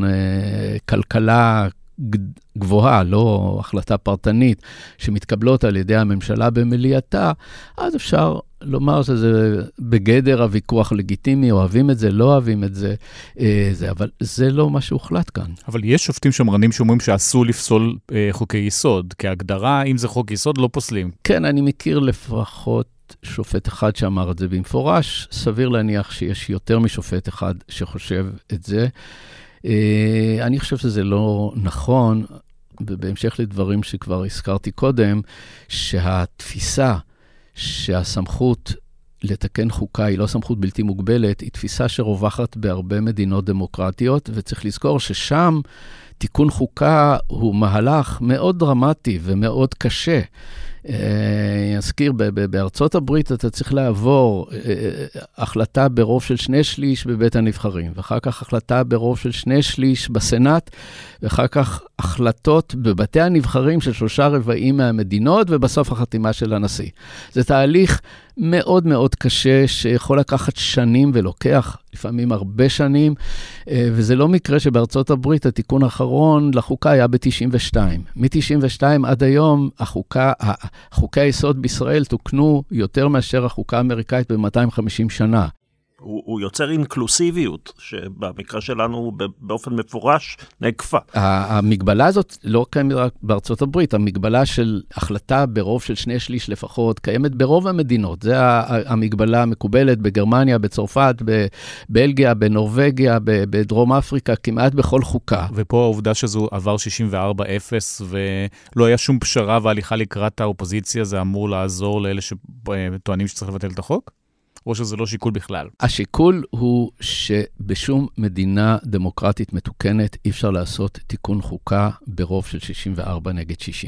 כלכלה גבוהה, לא החלטה פרטנית, שמתקבלות על ידי הממשלה במליאתה, אז אפשר לומר שזה בגדר הוויכוח לגיטימי, אוהבים את זה, לא אוהבים את זה, זה, אבל זה לא מה שהוחלט כאן. אבל יש שופטים שמרנים שאומרים שאסור לפסול חוקי יסוד, כהגדרה, אם זה חוק יסוד, לא פוסלים. כן, אני מכיר לפחות שופט אחד שאמר את זה במפורש, סביר להניח שיש יותר משופט אחד שחושב את זה. אני חושב שזה לא נכון, בהמשך לדברים שכבר הזכרתי קודם, שהתפיסה שהסמכות לתקן חוקה היא לא סמכות בלתי מוגבלת, היא תפיסה שרווחת בהרבה מדינות דמוקרטיות, וצריך לזכור ששם תיקון חוקה הוא מהלך מאוד דרמטי ומאוד קשה. אני אזכיר, בארצות הברית אתה צריך לעבור החלטה ברוב של שני שליש בבית הנבחרים, ואחר כך החלטה ברוב של שני שליש בסנאט, ואחר כך החלטות בבתי הנבחרים של שלושה רבעים מהמדינות, ובסוף החתימה של הנשיא. זה תהליך מאוד מאוד קשה, שיכול לקחת שנים ולוקח לפעמים הרבה שנים, וזה לא מקרה שבארצות הברית התיקון האחרון לחוקה היה ב-תשעים ושתיים. מ-תשעים ושתיים עד היום החוקה, חוקי היסוד בישראל תוקנו יותר מאשר החוקה האמריקאית ב-מאתיים וחמישים שנה. הוא, הוא יוצר אינקלוסיביות, שבמקרה שלנו באופן מפורש נקפה. המגבלה הזאת לא קיימת רק בארצות הברית, המגבלה של החלטה ברוב של שני שליש לפחות, קיימת ברוב המדינות. זה המגבלה המקובלת בגרמניה, בצרפת, בבלגיה, בנורווגיה, בדרום אפריקה, כמעט בכל חוקה. ופה העובדה שזו עבר שישים וארבע אפס, ולא היה שום פשרה והליכה לקראת האופוזיציה, זה אמור לעזור לאלה שטוענים שצריך לבטל את החוק? או שזה לא שיקול בכלל? השיקול הוא שבשום מדינה דמוקרטית מתוקנת אי אפשר לעשות תיקון חוקה ברוב של שישים וארבע נגד שישים.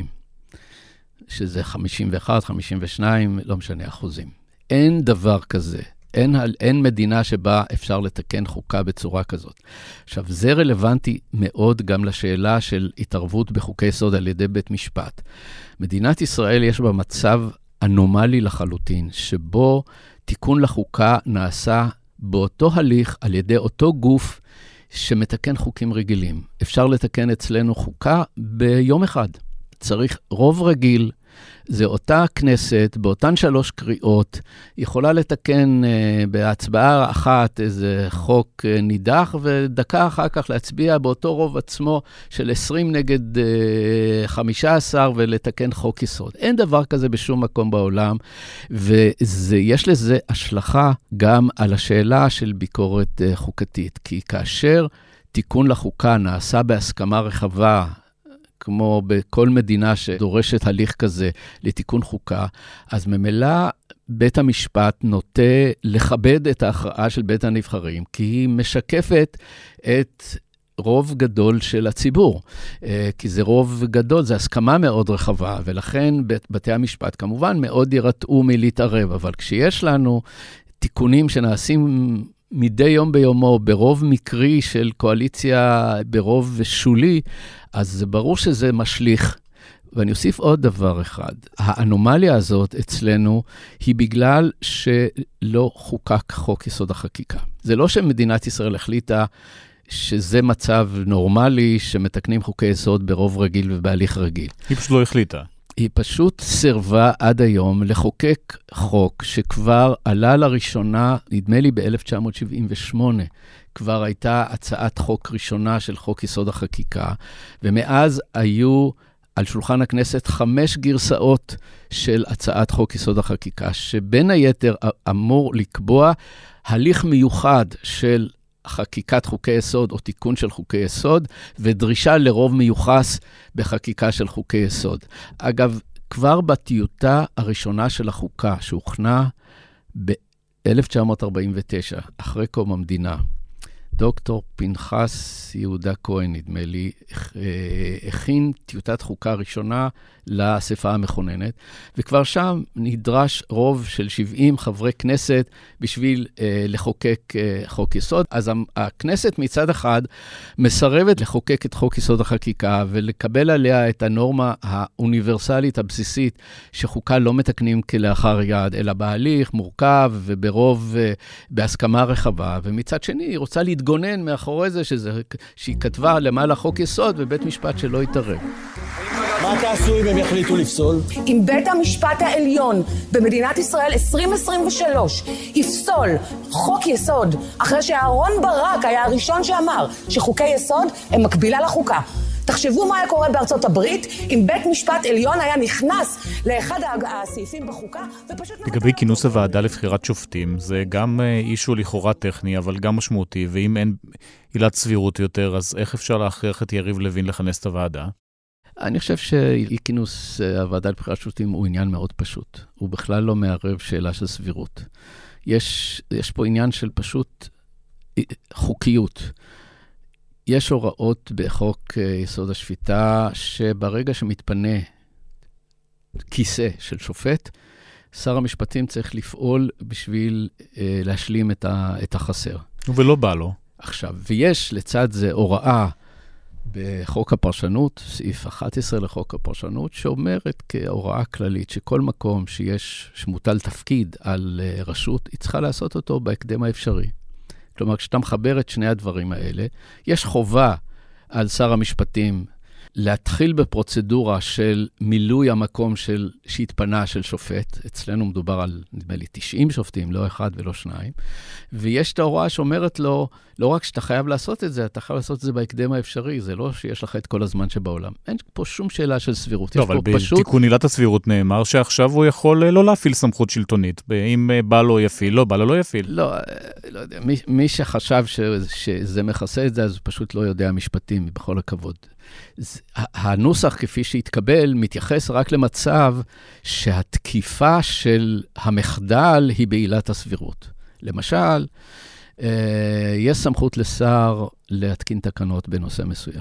שזה חמישים ואחת, חמישים ושתיים, לא משנה אחוזים. אין דבר כזה. אין, אין מדינה שבה אפשר לתקן חוקה בצורה כזאת. עכשיו, זה רלוונטי מאוד גם לשאלה של התערבות בחוקי יסוד על ידי בית משפט. מדינת ישראל יש בה מצב אנומלי לחלוטין, שבו תיקון לחוקה נעשה באותו הליך על ידי אותו גוף שמתקן חוקים רגילים. אפשר לתקן אצלנו חוקה ביום אחד. צריך רוב רגיל, זה אותה כנסת, באותן שלוש קריאות, יכולה לתקן uh, בהצבעה אחת איזה חוק uh, נידח, ודקה אחר כך להצביע באותו רוב עצמו של עשרים נגד uh, חמישה עשר, ולתקן חוק יסוד. אין דבר כזה בשום מקום בעולם, ויש לזה השלכה גם על השאלה של ביקורת uh, חוקתית, כי כאשר תיקון לחוקה נעשה בהסכמה רחבה, כמו בכל מדינה שדורשת הליך כזה לתיקון חוקה, אז ממילא בית המשפט נוטה לכבד את ההכרעה של בית הנבחרים, כי היא משקפת את רוב גדול של הציבור. כי זה רוב גדול, זה הסכמה מאוד רחבה, ולכן בתי המשפט כמובן מאוד ירתעו מלהתערב, אבל כשיש לנו תיקונים שנעשים מדי יום ביומו, ברוב מקרי של קואליציה, ברוב שולי, אז זה ברור שזה משליך. ואני אוסיף עוד דבר אחד. האנומליה הזאת אצלנו היא בגלל שלא חוקק חוק יסוד החקיקה. זה לא שמדינת ישראל החליטה שזה מצב נורמלי שמתקנים חוקי יסוד ברוב רגיל ובהליך רגיל. היא פשוט לא החליטה. היא פשוט סרבה עד היום לחוקק חוק שכבר עלה לראשונה, נדמה לי ב-אלף תשע מאות שבעים ושמונה, כבר הייתה הצעת חוק ראשונה של חוק יסוד החקיקה, ומאז היו על שולחן הכנסת חמש גרסאות של הצעת חוק יסוד החקיקה, שבין היתר אמור לקבוע הליך מיוחד של חקיקת חוקי יסוד או תיקון של חוקי יסוד, ודרישה לרוב מיוחס בחקיקה של חוקי יסוד. אגב, כבר בטיוטה הראשונה של החוקה, שהוכנה ב-אלף תשע מאות ארבעים ותשע, אחרי קום המדינה, דוקטור פנחס יהודה כהן, נדמה לי, הכין טיוטת חוקה ראשונה לאספה המכוננת, וכבר שם נדרש רוב של שבעים חברי כנסת בשביל אה, לחוקק אה, חוק יסוד. אז הכנסת מצד אחד מסרבת לחוקק את חוק יסוד החקיקה ולקבל עליה את הנורמה האוניברסלית הבסיסית שחוקה לא מתקנים כלאחר יד, אלא בהליך מורכב וברוב, אה, בהסכמה רחבה, ומצד שני היא רוצה להתגונן מאחורי זה שזה, שהיא כתבה למעלה חוק יסוד ובית משפט שלא יתערב. מה תעשו אם הם יחליטו לפסול? אם בית המשפט העליון במדינת ישראל עשרים עשרים ושלוש יפסול חוק יסוד, אחרי שאהרון ברק היה הראשון שאמר שחוקי יסוד הם מקבילה לחוקה. תחשבו מה היה קורה בארצות הברית אם בית משפט עליון היה נכנס לאחד הסעיפים בחוקה ופשוט... לגבי כינוס הוועדה לבחירת שופטים, זה גם אישו לכאורה טכני, אבל גם משמעותי, ואם אין עילת סבירות יותר, אז איך אפשר להכריח את יריב לוין לכנס את הוועדה? אני חושב שאי כינוס הוועדה לבחירת שופטים הוא עניין מאוד פשוט. הוא בכלל לא מערב שאלה של סבירות. יש, יש פה עניין של פשוט חוקיות. יש הוראות בחוק יסוד השפיטה שברגע שמתפנה כיסא של שופט, שר המשפטים צריך לפעול בשביל אה, להשלים את, ה, את החסר. ולא בא לו. עכשיו, ויש לצד זה הוראה בחוק הפרשנות, סעיף אחת עשרה לחוק הפרשנות, שאומרת כהוראה כללית שכל מקום שיש, שמוטל תפקיד על uh, רשות, היא צריכה לעשות אותו בהקדם האפשרי. כלומר, כשאתה מחבר את שני הדברים האלה, יש חובה על שר המשפטים להתחיל בפרוצדורה של מילוי המקום של, שהתפנה של שופט. אצלנו מדובר על, נדמה לי, תשעים שופטים, לא אחד ולא שניים. ויש את ההוראה שאומרת לו, לא רק שאתה חייב לעשות את זה, אתה חייב לעשות את זה בהקדם האפשרי. זה לא שיש לך את כל הזמן שבעולם. אין פה שום שאלה של סבירות. לא, אבל בתיקון עילת הסבירות נאמר שעכשיו הוא יכול לא להפעיל סמכות שלטונית. אם בא לו יפיל, לא בא לו לא יפיל. לא, לא יודע. מי, מי שחשב ש, שזה מכסה את זה, אז פשוט לא יודע משפטים, בכל הכבוד. הנוסח כפי שהתקבל מתייחס רק למצב שהתקיפה של המחדל היא בעילת הסבירות. למשל, יש סמכות לשר להתקין תקנות בנושא מסוים.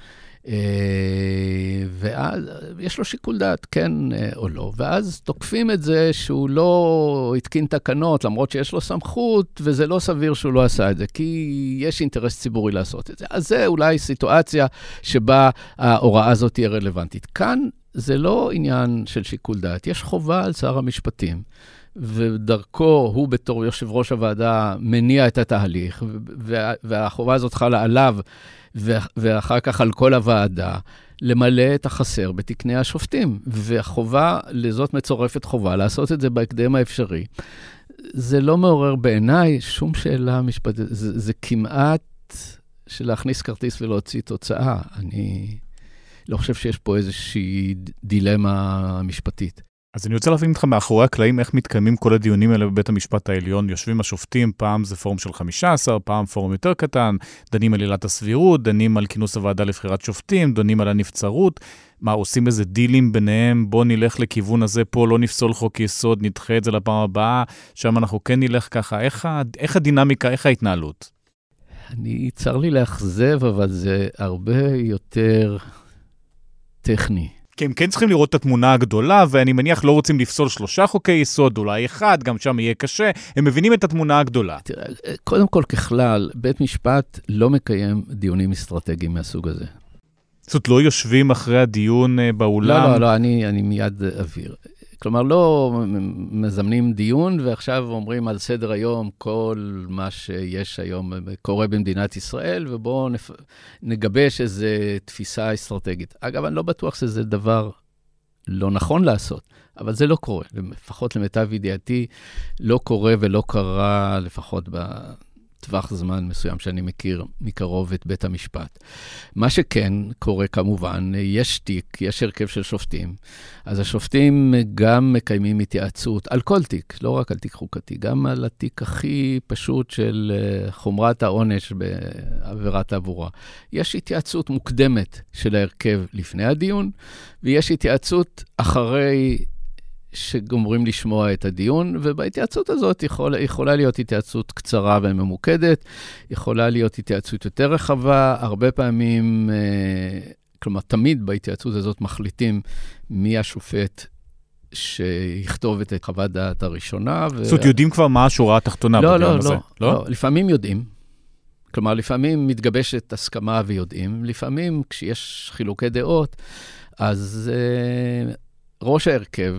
ואז יש לו שיקול דעת, כן או לא, ואז תוקפים את זה שהוא לא התקין תקנות, למרות שיש לו סמכות, וזה לא סביר שהוא לא עשה את זה, כי יש אינטרס ציבורי לעשות את זה. אז זה אולי סיטואציה שבה ההוראה הזאת תהיה רלוונטית. כאן זה לא עניין של שיקול דעת, יש חובה על שר המשפטים, ודרכו הוא בתור יושב ראש הוועדה מניע את התהליך, והחובה הזאת חלה עליו, ואחר כך על כל הוועדה, למלא את החסר בתקני השופטים. והחובה, לזאת מצורפת חובה, לעשות את זה בהקדם האפשרי. זה לא מעורר בעיניי שום שאלה משפטית. זה, זה כמעט שלהכניס כרטיס ולהוציא תוצאה. אני לא חושב שיש פה איזושהי דילמה משפטית. אז אני רוצה להבין איתך מאחורי הקלעים איך מתקיימים כל הדיונים האלה בבית המשפט העליון. יושבים השופטים, פעם זה פורום של חמישה עשר, פעם פורום יותר קטן, דנים על עילת הסבירות, דנים על כינוס הוועדה לבחירת שופטים, דנים על הנבצרות. מה, עושים איזה דילים ביניהם? בוא נלך לכיוון הזה, פה לא נפסול חוק יסוד, נדחה את זה לפעם הבאה, שם אנחנו כן נלך ככה. איך, איך הדינמיקה, איך ההתנהלות? אני צר לי לאכזב, אבל זה הרבה יותר טכני. כי הם כן צריכים לראות את התמונה הגדולה, ואני מניח לא רוצים לפסול שלושה חוקי יסוד, אולי אחד, גם שם יהיה קשה. הם מבינים את התמונה הגדולה. תראה, קודם כל ככלל, בית משפט לא מקיים דיונים אסטרטגיים מהסוג הזה. זאת אומרת, לא יושבים אחרי הדיון באולם? לא, לא, לא, אני, אני מיד אבהיר. כלומר, לא מזמנים דיון, ועכשיו אומרים על סדר היום כל מה שיש היום קורה במדינת ישראל, ובואו נגבש איזו תפיסה אסטרטגית. אגב, אני לא בטוח שזה דבר לא נכון לעשות, אבל זה לא קורה. לפחות למיטב ידיעתי, לא קורה ולא קרה, לפחות בטווח זמן מסוים שאני מכיר מקרוב את בית המשפט. מה שכן קורה כמובן, יש תיק, יש הרכב של שופטים, אז השופטים גם מקיימים התייעצות על כל תיק, לא רק על תיק חוקתי, גם על התיק הכי פשוט של חומרת העונש בעבירת תעבורה. יש התייעצות מוקדמת של ההרכב לפני הדיון, ויש התייעצות אחרי שגומרים לשמוע את הדיון, ובהתייעצות הזאת יכול, יכולה להיות התייעצות קצרה וממוקדת, יכולה להיות התייעצות יותר רחבה, הרבה פעמים, אה, כלומר, תמיד בהתייעצות הזאת מחליטים מי השופט שיכתוב את חוות דעת הראשונה. ו... זאת אומרת, יודעים כבר מה השורה התחתונה לא, בדיון לא, הזה? לא, לא, לא, לפעמים יודעים. כלומר, לפעמים מתגבשת הסכמה ויודעים, לפעמים כשיש חילוקי דעות, אז אה, ראש ההרכב,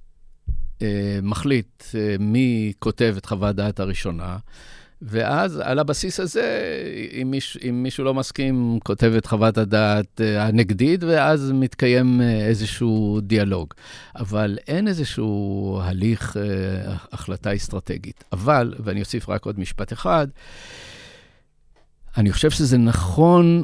מחליט מי כותב את חוות דעת הראשונה, ואז על הבסיס הזה, אם מישהו, אם מישהו לא מסכים, כותב את חוות הדעת הנגדית, ואז מתקיים איזשהו דיאלוג. אבל אין איזשהו הליך החלטה אסטרטגית. אבל, ואני אוסיף רק עוד משפט אחד, אני חושב שזה נכון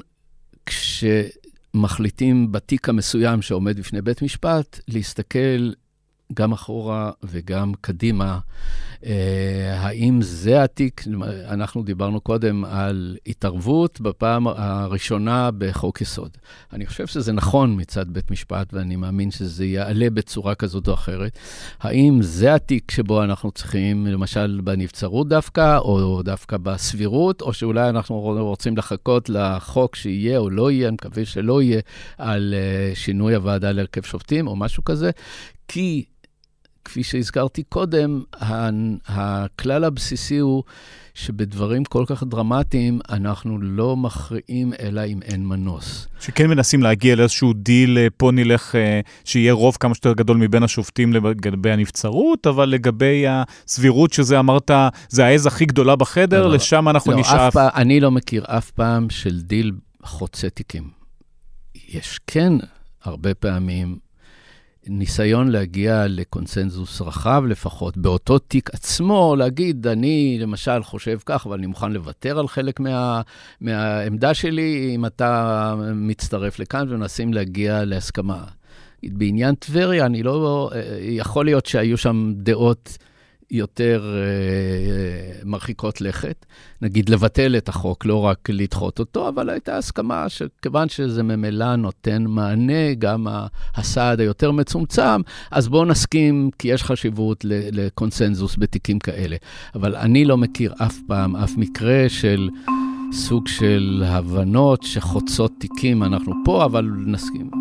כשמחליטים בתיק המסוים שעומד בפני בית משפט, להסתכל גם אחורה וגם קדימה, האם זה התיק, אנחנו דיברנו קודם על התערבות בפעם הראשונה בחוק יסוד. אני חושב שזה נכון מצד בית משפט, ואני מאמין שזה יעלה בצורה כזאת או אחרת. האם זה התיק שבו אנחנו צריכים, למשל בנבצרות דווקא, או דווקא בסבירות, או שאולי אנחנו רוצים לחכות לחוק שיהיה או לא יהיה, אני מקווה שלא יהיה, על שינוי הוועדה להרכב שופטים או משהו כזה, כי כפי שהזכרתי קודם, הכלל הבסיסי הוא שבדברים כל כך דרמטיים אנחנו לא מכריעים אלא אם אין מנוס. שכן מנסים להגיע לאיזשהו דיל, פה נלך שיהיה רוב כמה שיותר גדול מבין השופטים לגבי הנבצרות, אבל לגבי הסבירות שזה אמרת, זה העז הכי גדולה בחדר, לא, לשם אנחנו לא, נשאף. פעם, אני לא מכיר אף פעם של דיל חוצה תיקים. יש כן הרבה פעמים ניסיון להגיע לקונסנזוס רחב לפחות, באותו תיק עצמו, להגיד, אני למשל חושב כך, אבל אני מוכן לוותר על חלק מה, מהעמדה שלי, אם אתה מצטרף לכאן ונסים להגיע להסכמה. בעניין טבריה, אני לא, יכול להיות שהיו שם דעות יותר אה, מרחיקות לכת, נגיד לבטל את החוק, לא רק לדחות אותו, אבל הייתה הסכמה שכיוון שזה ממילא נותן מענה, גם הסעד היותר מצומצם, אז בואו נסכים, כי יש חשיבות לקונסנזוס בתיקים כאלה. אבל אני לא מכיר אף פעם, אף מקרה של סוג של הבנות שחוצות תיקים, אנחנו פה, אבל נסכים.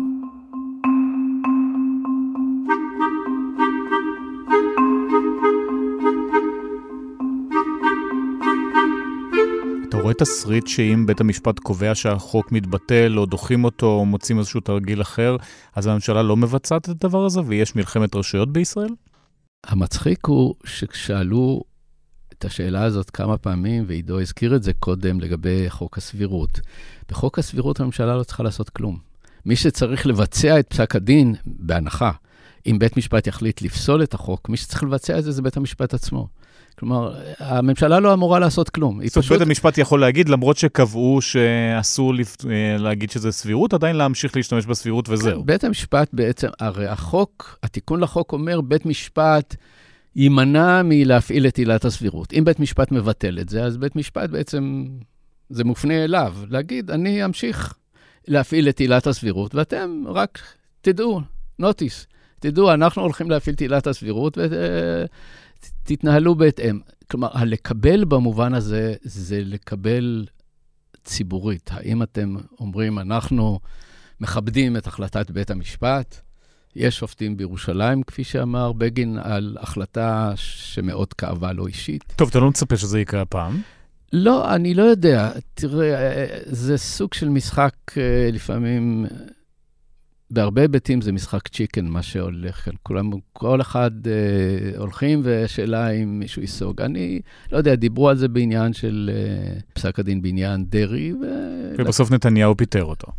אתה רואה תסריט שאם בית המשפט קובע שהחוק מתבטל או דוחים אותו או מוצאים איזשהו תרגיל אחר, אז הממשלה לא מבצעת את הדבר הזה ויש מלחמת רשויות בישראל? המצחיק הוא שכשאלו את השאלה הזאת כמה פעמים, ועידו הזכיר את זה קודם לגבי חוק הסבירות. בחוק הסבירות הממשלה לא צריכה לעשות כלום. מי שצריך לבצע את פסק הדין, בהנחה, אם בית משפט יחליט לפסול את החוק, מי שצריך לבצע את זה זה בית המשפט עצמו. כלומר, הממשלה לא אמורה לעשות כלום. זאת אומרת, בית המשפט יכול להגיד, למרות שקבעו שאסור להגיד שזה סבירות, עדיין להמשיך להשתמש בסבירות וזהו. בית המשפט בעצם, הרי החוק, התיקון לחוק אומר, בית משפט יימנע מלהפעיל את עילת הסבירות. אם בית משפט מבטל את זה, אז בית משפט בעצם, זה מופנה אליו, להגיד, אני אמשיך להפעיל את עילת הסבירות, ואתם רק תדעו, נוטיס, תדעו, אנחנו הולכים להפעיל את עילת הסבירות, ו... תתנהלו בהתאם. כלומר, הלקבל במובן הזה, זה לקבל ציבורית. האם אתם אומרים, אנחנו מכבדים את החלטת בית המשפט? יש שופטים בירושלים, כפי שאמר בגין, על החלטה שמאוד כאבה לו אישית. טוב, אתה לא מצפה שזה יקרה פעם? לא, אני לא יודע. תראה, זה סוג של משחק לפעמים... בהרבה היבטים זה משחק צ'יקן, מה שהולך כאן. כולם, כל אחד אה, הולכים, ושאלה אם מישהו יסוג. אני לא יודע, דיברו על זה בעניין של אה, פסק הדין בעניין דרי. ו... ובסוף נתניהו פיטר אותו.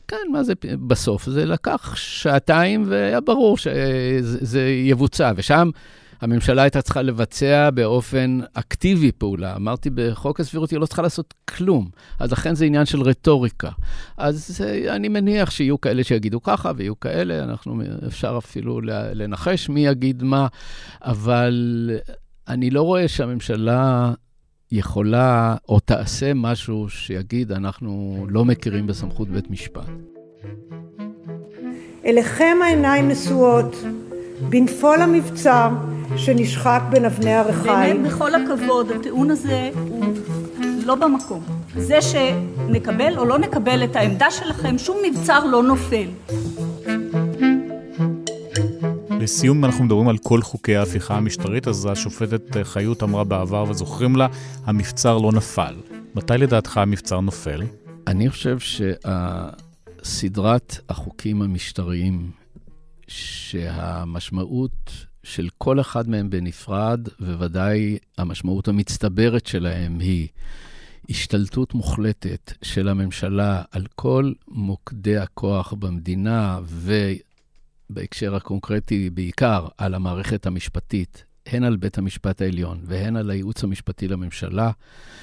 כן, מה זה, בסוף זה לקח שעתיים, והיה ברור שזה יבוצע, ושם הממשלה הייתה צריכה לבצע באופן אקטיבי פעולה. אמרתי, בחוק הסבירות היא לא צריכה לעשות כלום, אז לכן זה עניין של רטוריקה. אז אני מניח שיהיו כאלה שיגידו ככה, ויהיו כאלה, אנחנו אפשר אפילו לנחש מי יגיד מה, אבל אני לא רואה שהממשלה יכולה או תעשה משהו שיגיד, אנחנו לא מכירים בסמכות בית משפט. אליכם העיניים נשואות, בנפול המבצר שנשחק בין אבני הרחיים. באמת, בכל הכבוד, הטיעון הזה הוא לא במקום. זה שנקבל או לא נקבל את העמדה שלכם, שום מבצר לא נופל. לסיום, אנחנו מדברים על כל חוקי ההפיכה המשטרית, אז השופטת חיות אמרה בעבר, וזוכרים לה, המבצר לא נפל. מתי לדעתך המבצר נופל? אני חושב שהסדרת החוקים המשטריים, שהמשמעות של כל אחד מהם בנפרד, וודאי המשמעות המצטברת שלהם היא השתלטות מוחלטת של הממשלה על כל מוקדי הכוח במדינה, ובהקשר הקונקרטי בעיקר על המערכת המשפטית, הן על בית המשפט העליון והן על הייעוץ המשפטי לממשלה.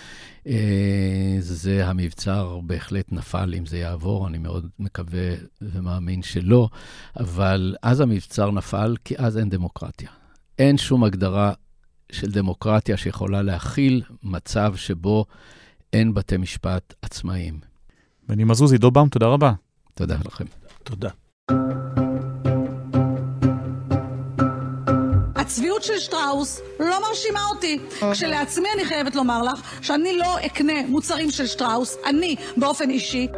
זה המבצר בהחלט נפל, אם זה יעבור, אני מאוד מקווה ומאמין שלא, אבל אז המבצר נפל כי אז אין דמוקרטיה. אין שום הגדרה של דמוקרטיה שיכולה להכיל מצב שבו אין בתי משפט עצמאיים. בני מזוז, עידו באום, תודה רבה. תודה לכם. תודה. הצביעות של שטראוס לא מרשימה אותי. כשלעצמי אני חייבת לומר לך שאני לא אקנה מוצרים של שטראוס, אני באופן אישי.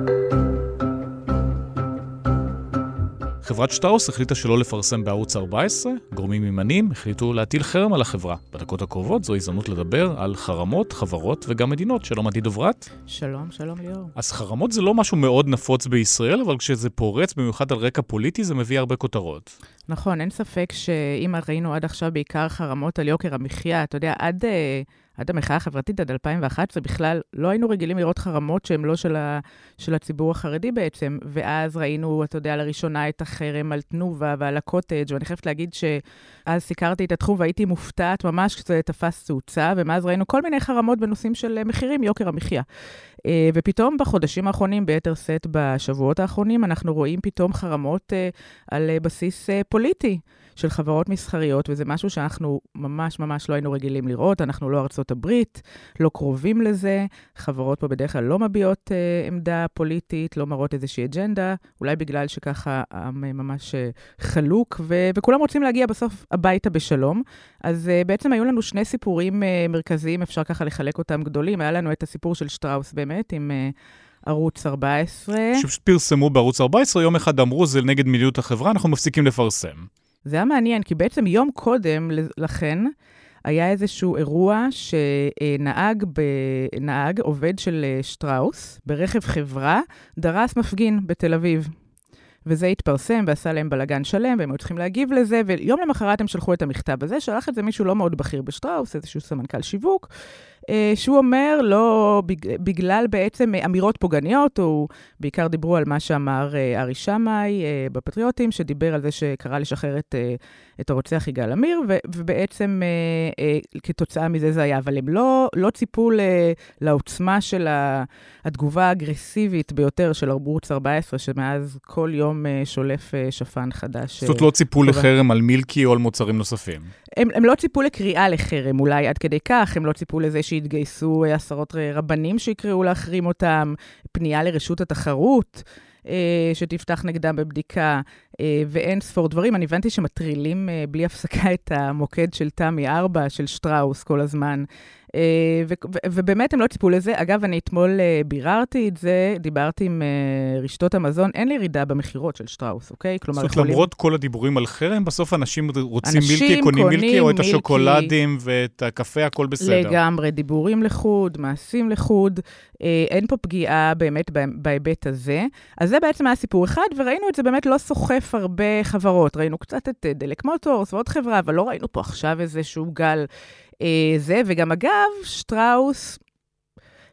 חברת שטראוס החליטה שלא לפרסם בערוץ ארבע עשרה, גורמים ימניים החליטו להטיל חרם על החברה. בדקות הקרובות זו הזדמנות לדבר על חרמות, חברות וגם מדינות. שלום עדי דוברת. שלום, שלום ליאור. אז חרמות זה לא משהו מאוד נפוץ בישראל, אבל כשזה פורץ במיוחד על רקע פוליטי זה מביא הרבה כותרות. נכון, אין ספק שאם ראינו עד עכשיו בעיקר חרמות על יוקר המחיה, אתה יודע, עד... עד המחאה החברתית, עד אלפיים ואחת עשרה, בכלל לא היינו רגילים לראות חרמות שהן לא של, ה, של הציבור החרדי בעצם, ואז ראינו, אתה יודע, לראשונה את החרם על תנובה ועל הקוטג', ואני חייבת להגיד שאז סיקרתי את התחום והייתי מופתעת ממש כשזה תפס תאוצה, ומאז ראינו כל מיני חרמות בנושאים של מחירים, יוקר המחיה. ופתאום בחודשים האחרונים, ביתר סט בשבועות האחרונים, אנחנו רואים פתאום חרמות על בסיס פוליטי של חברות מסחריות, וזה משהו שאנחנו ממש ממש לא היינו רגילים לראות, אנחנו לא ארצות הברית, לא קרובים לזה, חברות פה בדרך כלל לא מביעות אה, עמדה פוליטית, לא מראות איזושהי אג'נדה, אולי בגלל שככה העם ממש חלוק, ו- וכולם רוצים להגיע בסוף הביתה בשלום, אז אה, בעצם היו לנו שני סיפורים אה, מרכזיים, אפשר ככה לחלק אותם גדולים, היה לנו את הסיפור של שטראוס באמת, עם... אה, ערוץ ארבע עשרה. שפרסמו בערוץ ארבע עשרה, יום אחד אמרו, זה נגד מדיניות החברה, אנחנו מפסיקים לפרסם. זה היה מעניין, כי בעצם יום קודם לכן, היה איזשהו אירוע שנהג, נהג עובד של שטראוס, ברכב חברה, דרס מפגין בתל אביב. וזה התפרסם ועשה להם בלגן שלם, והם היו צריכים להגיב לזה, ויום למחרת הם שלחו את המכתב הזה, שלח את זה מישהו לא מאוד בכיר בשטראוס, איזשהו סמנכ"ל שיווק, שהוא אומר, לא, בגלל בעצם אמירות פוגעניות, או בעיקר דיברו על מה שאמר ארי שמאי בפטריוטים, שדיבר על זה שקרא לשחרר את, את הרוצח יגאל עמיר, ובעצם כתוצאה מזה זה היה, אבל הם לא, לא ציפו לעוצמה של התגובה האגרסיבית ביותר של ערוץ ארבע עשרה, שמאז כל יום שולף שפן חדש. זאת לא ציפו לחרם על מילקי או על מוצרים נוספים? הם, הם לא ציפו לקריאה לחרם, אולי עד כדי כך, הם לא ציפו לזה שהתגייסו עשרות רבנים שיקראו להחרים אותם, פנייה לרשות התחרות, שתפתח נגדם בבדיקה, ואין ספור דברים. אני הבנתי שמטרילים בלי הפסקה את המוקד של תמי ארבע, של שטראוס כל הזמן, ובאמת הם לא ציפו לזה. אגב, אני אתמול ביררתי את זה, דיברתי עם רשתות המזון, אין לי ירידה במחירות של שטראוס, אוקיי? כלומר, זאת למרות כל הדיבורים על חרם, בסוף אנשים רוצים מילקי, קונים מילקי, או את השוקולדים ואת הקפה, הכל בסדר. לגמרי, דיבורים לחוד, מעשים לחוד, אין פה פגיעה באמת בהיבט הזה. אז זה בעצם היה סיפור אחד, וראינו את זה באמת לא סוחף הרבה חברות. ראינו קצת את דלק מוטורס ועוד חברה, אבל לא ראינו פה עכשיו איזשהו גל זה, וגם אגב, שטראוס,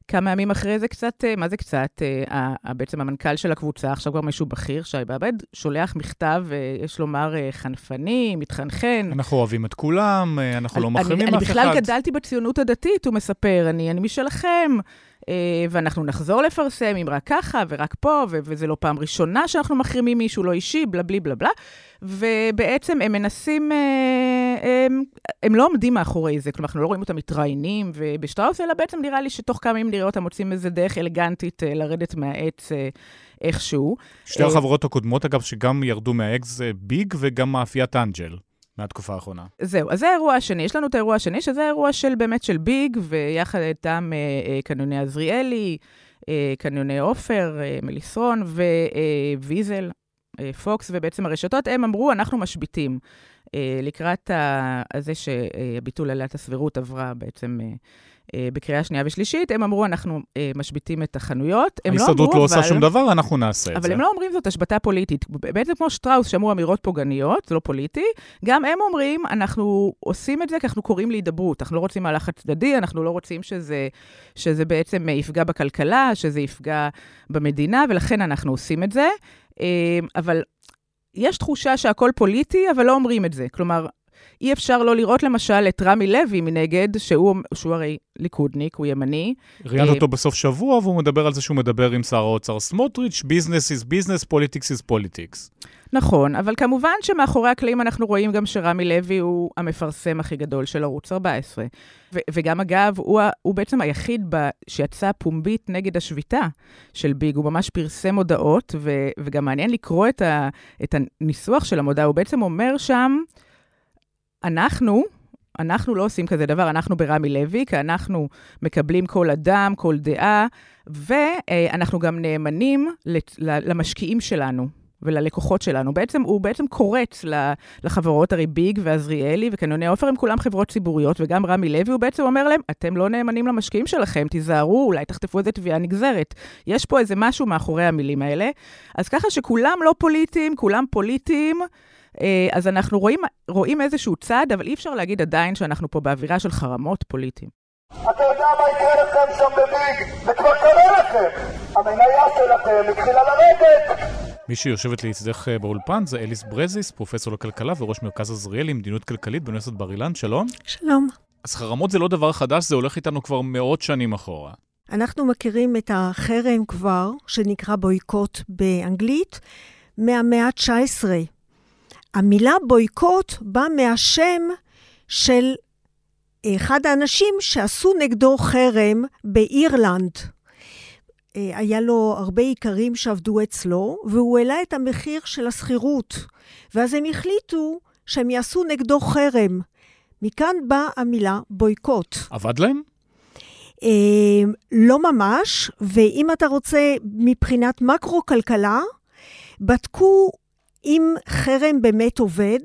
כמה ימים אחרי זה קצת, מה זה קצת, בעצם המנכ"ל של הקבוצה, עכשיו כבר משהו בכיר, שי באב"ד, שולח מכתב, יש לומר, חנפני, מתחנחן. אנחנו אוהבים את כולם, אנחנו לא מחרימים אף אחד. אני בכלל גדלתי בציונות הדתית, הוא מספר, אני משלכם, ואנחנו נחזור לפרסם, אם רק ככה ורק פה, וזה לא פעם ראשונה שאנחנו מחרימים מישהו לא אישי, בלה בלה בלה בלה, ובעצם הם מנסים, הם, הם לא עומדים מאחורי זה, כלומר, אנחנו לא רואים אותם מתראיינים ובשטראוס, אלא בעצם נראה לי שתוך כמה ימים נראה אותם מוצאים איזה דרך אלגנטית לרדת מהעץ איכשהו. שתי החברות הקודמות, אגב, שגם ירדו מהעץ זה ביג וגם מאפיית אנג'ל. מהתקופה האחרונה. זהו, אז זה האירוע השני. יש לנו את האירוע השני, שזה האירוע של באמת של ביג, ויחד איתם אה, קניוני עזריאלי, אה, קניוני אופר, אה, מליסרון וויזל, אה, פוקס, ובעצם הרשתות, הם אמרו, אנחנו משביטים. אה, לקראת הזה שהביטול עלילת הסבירות עברה בעצם... אה, בקריאה שנייה ושלישית, הם אמרו, אנחנו אה, משביטים את החנויות. ההסתדרות לא, לא עושה שום דבר, אנחנו נעשה את אבל זה. אבל הם לא אומרים זאת השבטה פוליטית. בעצם כמו שטראוס שאמרו אמירות פוגעניות, זה לא פוליטי, גם הם אומרים, אנחנו עושים את זה כי אנחנו קוראים להידברות. אנחנו לא רוצים מהלך הצדדי, אנחנו לא רוצים שזה, שזה בעצם יפגע בכלכלה, שזה יפגע במדינה, ולכן אנחנו עושים את זה. אה, אבל יש תחושה שהכל פוליטי, אבל לא אומרים את זה. כלומר, אי אפשר לא לראות למשל את רמי לוי מנגד, שהוא, שהוא הרי ליכודניק, הוא ימני. ראיינת אותו בסוף שבוע, והוא מדבר על זה שהוא מדבר עם שר האוצר סמוטריץ', business is business, politics is politics. נכון, אבל כמובן שמאחורי הקלעים אנחנו רואים גם שרמי לוי הוא המפרסם הכי גדול של ערוץ ארבע עשרה. ו- וגם אגב, הוא, הוא בעצם היחיד ב- שיצא פומבית נגד השביתה של ביג, הוא ממש פרסם הודעות, ו- וגם מעניין לקרוא את, ה- את הניסוח של המודעה, הוא בעצם אומר שם, אנחנו, אנחנו לא עושים כזה דבר, אנחנו ברמי לוי, כי אנחנו מקבלים כל אדם, כל דעה, ואנחנו גם נאמנים למשקיעים שלנו וללקוחות שלנו. בעצם, הוא בעצם קורץ לחברות, הרי ביג ועזריאלי וקניוני אופר, הם כולם חברות ציבוריות, וגם רמי לוי, הוא בעצם אומר להם, אתם לא נאמנים למשקיעים שלכם, תיזהרו, אולי תחטפו איזה תביעה נגזרת. יש פה איזה משהו מאחורי המילים האלה. אז ככה שכולם לא פוליטיים, כולם פוליטיים, אז אנחנו רואים, רואים איזשהו צעד, אבל אי אפשר להגיד עדיין שאנחנו פה באווירה של חרמות פוליטיים. אתה יודע מה יקרה לכם שם בביג? זה כבר קרה לכם. המניה שלכם התחילה לרדת. מי שיושבת להצדך באולפן זה אליס ברזיס, פרופסור לכלכלה וראש מרכז עזריאלי, מדיניות כלכלית באוניברסיטת בר אילן. שלום. שלום. אז חרמות זה לא דבר חדש, זה הולך איתנו כבר מאות שנים אחורה. אנחנו מכירים את החרם כבר, שנקרא בויקוט באנגלית, מהמאה ה-תשע עשרה. המילה בויקוט באה מהשם של אחד האנשים שעשו נגדו חרם באירלנד. היה לו הרבה עיקרים שעבדו אצלו, והוא העלה את המחיר של הסחירות. ואז הם החליטו שהם יעשו נגדו חרם. מכאן באה המילה בויקוט. עבד להם? לא ממש, ואם אתה רוצה מבחינת מקרו-כלכלה, בדקו אם חרם באמת עובד,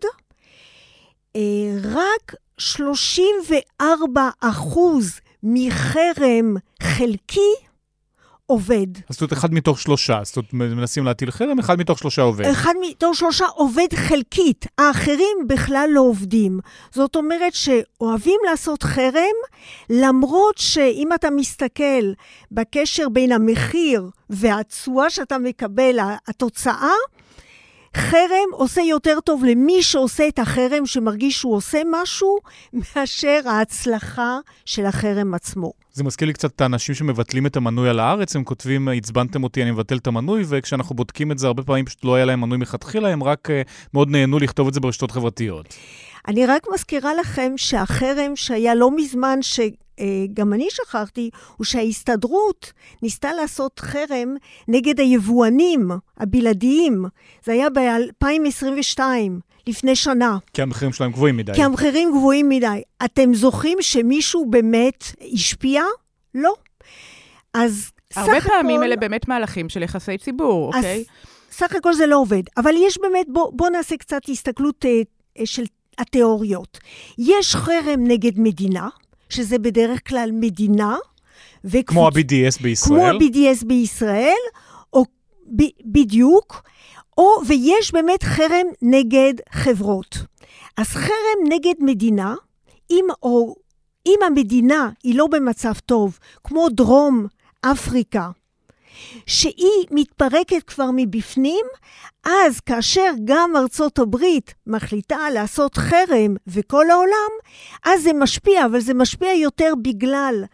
רק שלושים וארבעה אחוז מחרם חלקי עובד. אז זאת אומרת, אחד מתוך שלושה. זאת אומרת, מנסים להטיל חרם, אחד מתוך שלושה עובד. אחד מתוך שלושה עובד חלקית. האחרים בכלל לא עובדים. זאת אומרת שאוהבים לעשות חרם, למרות שאם אתה מסתכל בקשר בין המחיר והתשואה שאתה מקבל, התוצאה, חרם עושה יותר טוב למי שעושה את החרם, שמרגיש שהוא עושה משהו, מאשר ההצלחה של החרם עצמו. זה מזכיר לי קצת את האנשים שמבטלים את המנוי על הארץ, הם כותבים, הצבנתם אותי, אני מבטל את המנוי, וכשאנחנו בודקים את זה, הרבה פעמים פשוט לא היה להם מנוי מלכתחילה, הם רק uh, מאוד נהנו לכתוב את זה ברשתות חברתיות. אני רק מזכירה לכם שהחרם שהיה לא מזמן, שגם אני שכחתי, הוא שההסתדרות ניסתה לעשות חרם נגד היבואנים הבלעדיים. זה היה ב-אלפיים עשרים ושתיים, לפני שנה. כי המחירים שלהם גבוהים מדי. כי המחירים גבוהים מדי. אתם זוכרים שמישהו באמת השפיע? לא. אז הרבה פעמים אלה באמת מהלכים של יחסי ציבור, אוקיי? סך הכל זה לא עובד. אבל יש באמת, בוא, בוא נעשה קצת הסתכלות אה, של התיאוריות. יש חרם נגד מדינה, שזה בדרך כלל מדינה. וקפוצ... כמו ה-בי די אס בישראל. כמו ה-בי די אס בישראל, או ב- בדיוק. או, ויש באמת חרם נגד חברות. אז חרם נגד מדינה, אם, או, אם המדינה היא לא במצב טוב, כמו דרום אפריקה, שהיא מתפרקת כבר מבפנים, אז כאשר גם ארצות הברית מחליטה לעשות חרם וכל העולם, אז זה משפיע, אבל זה משפיע יותר בגלל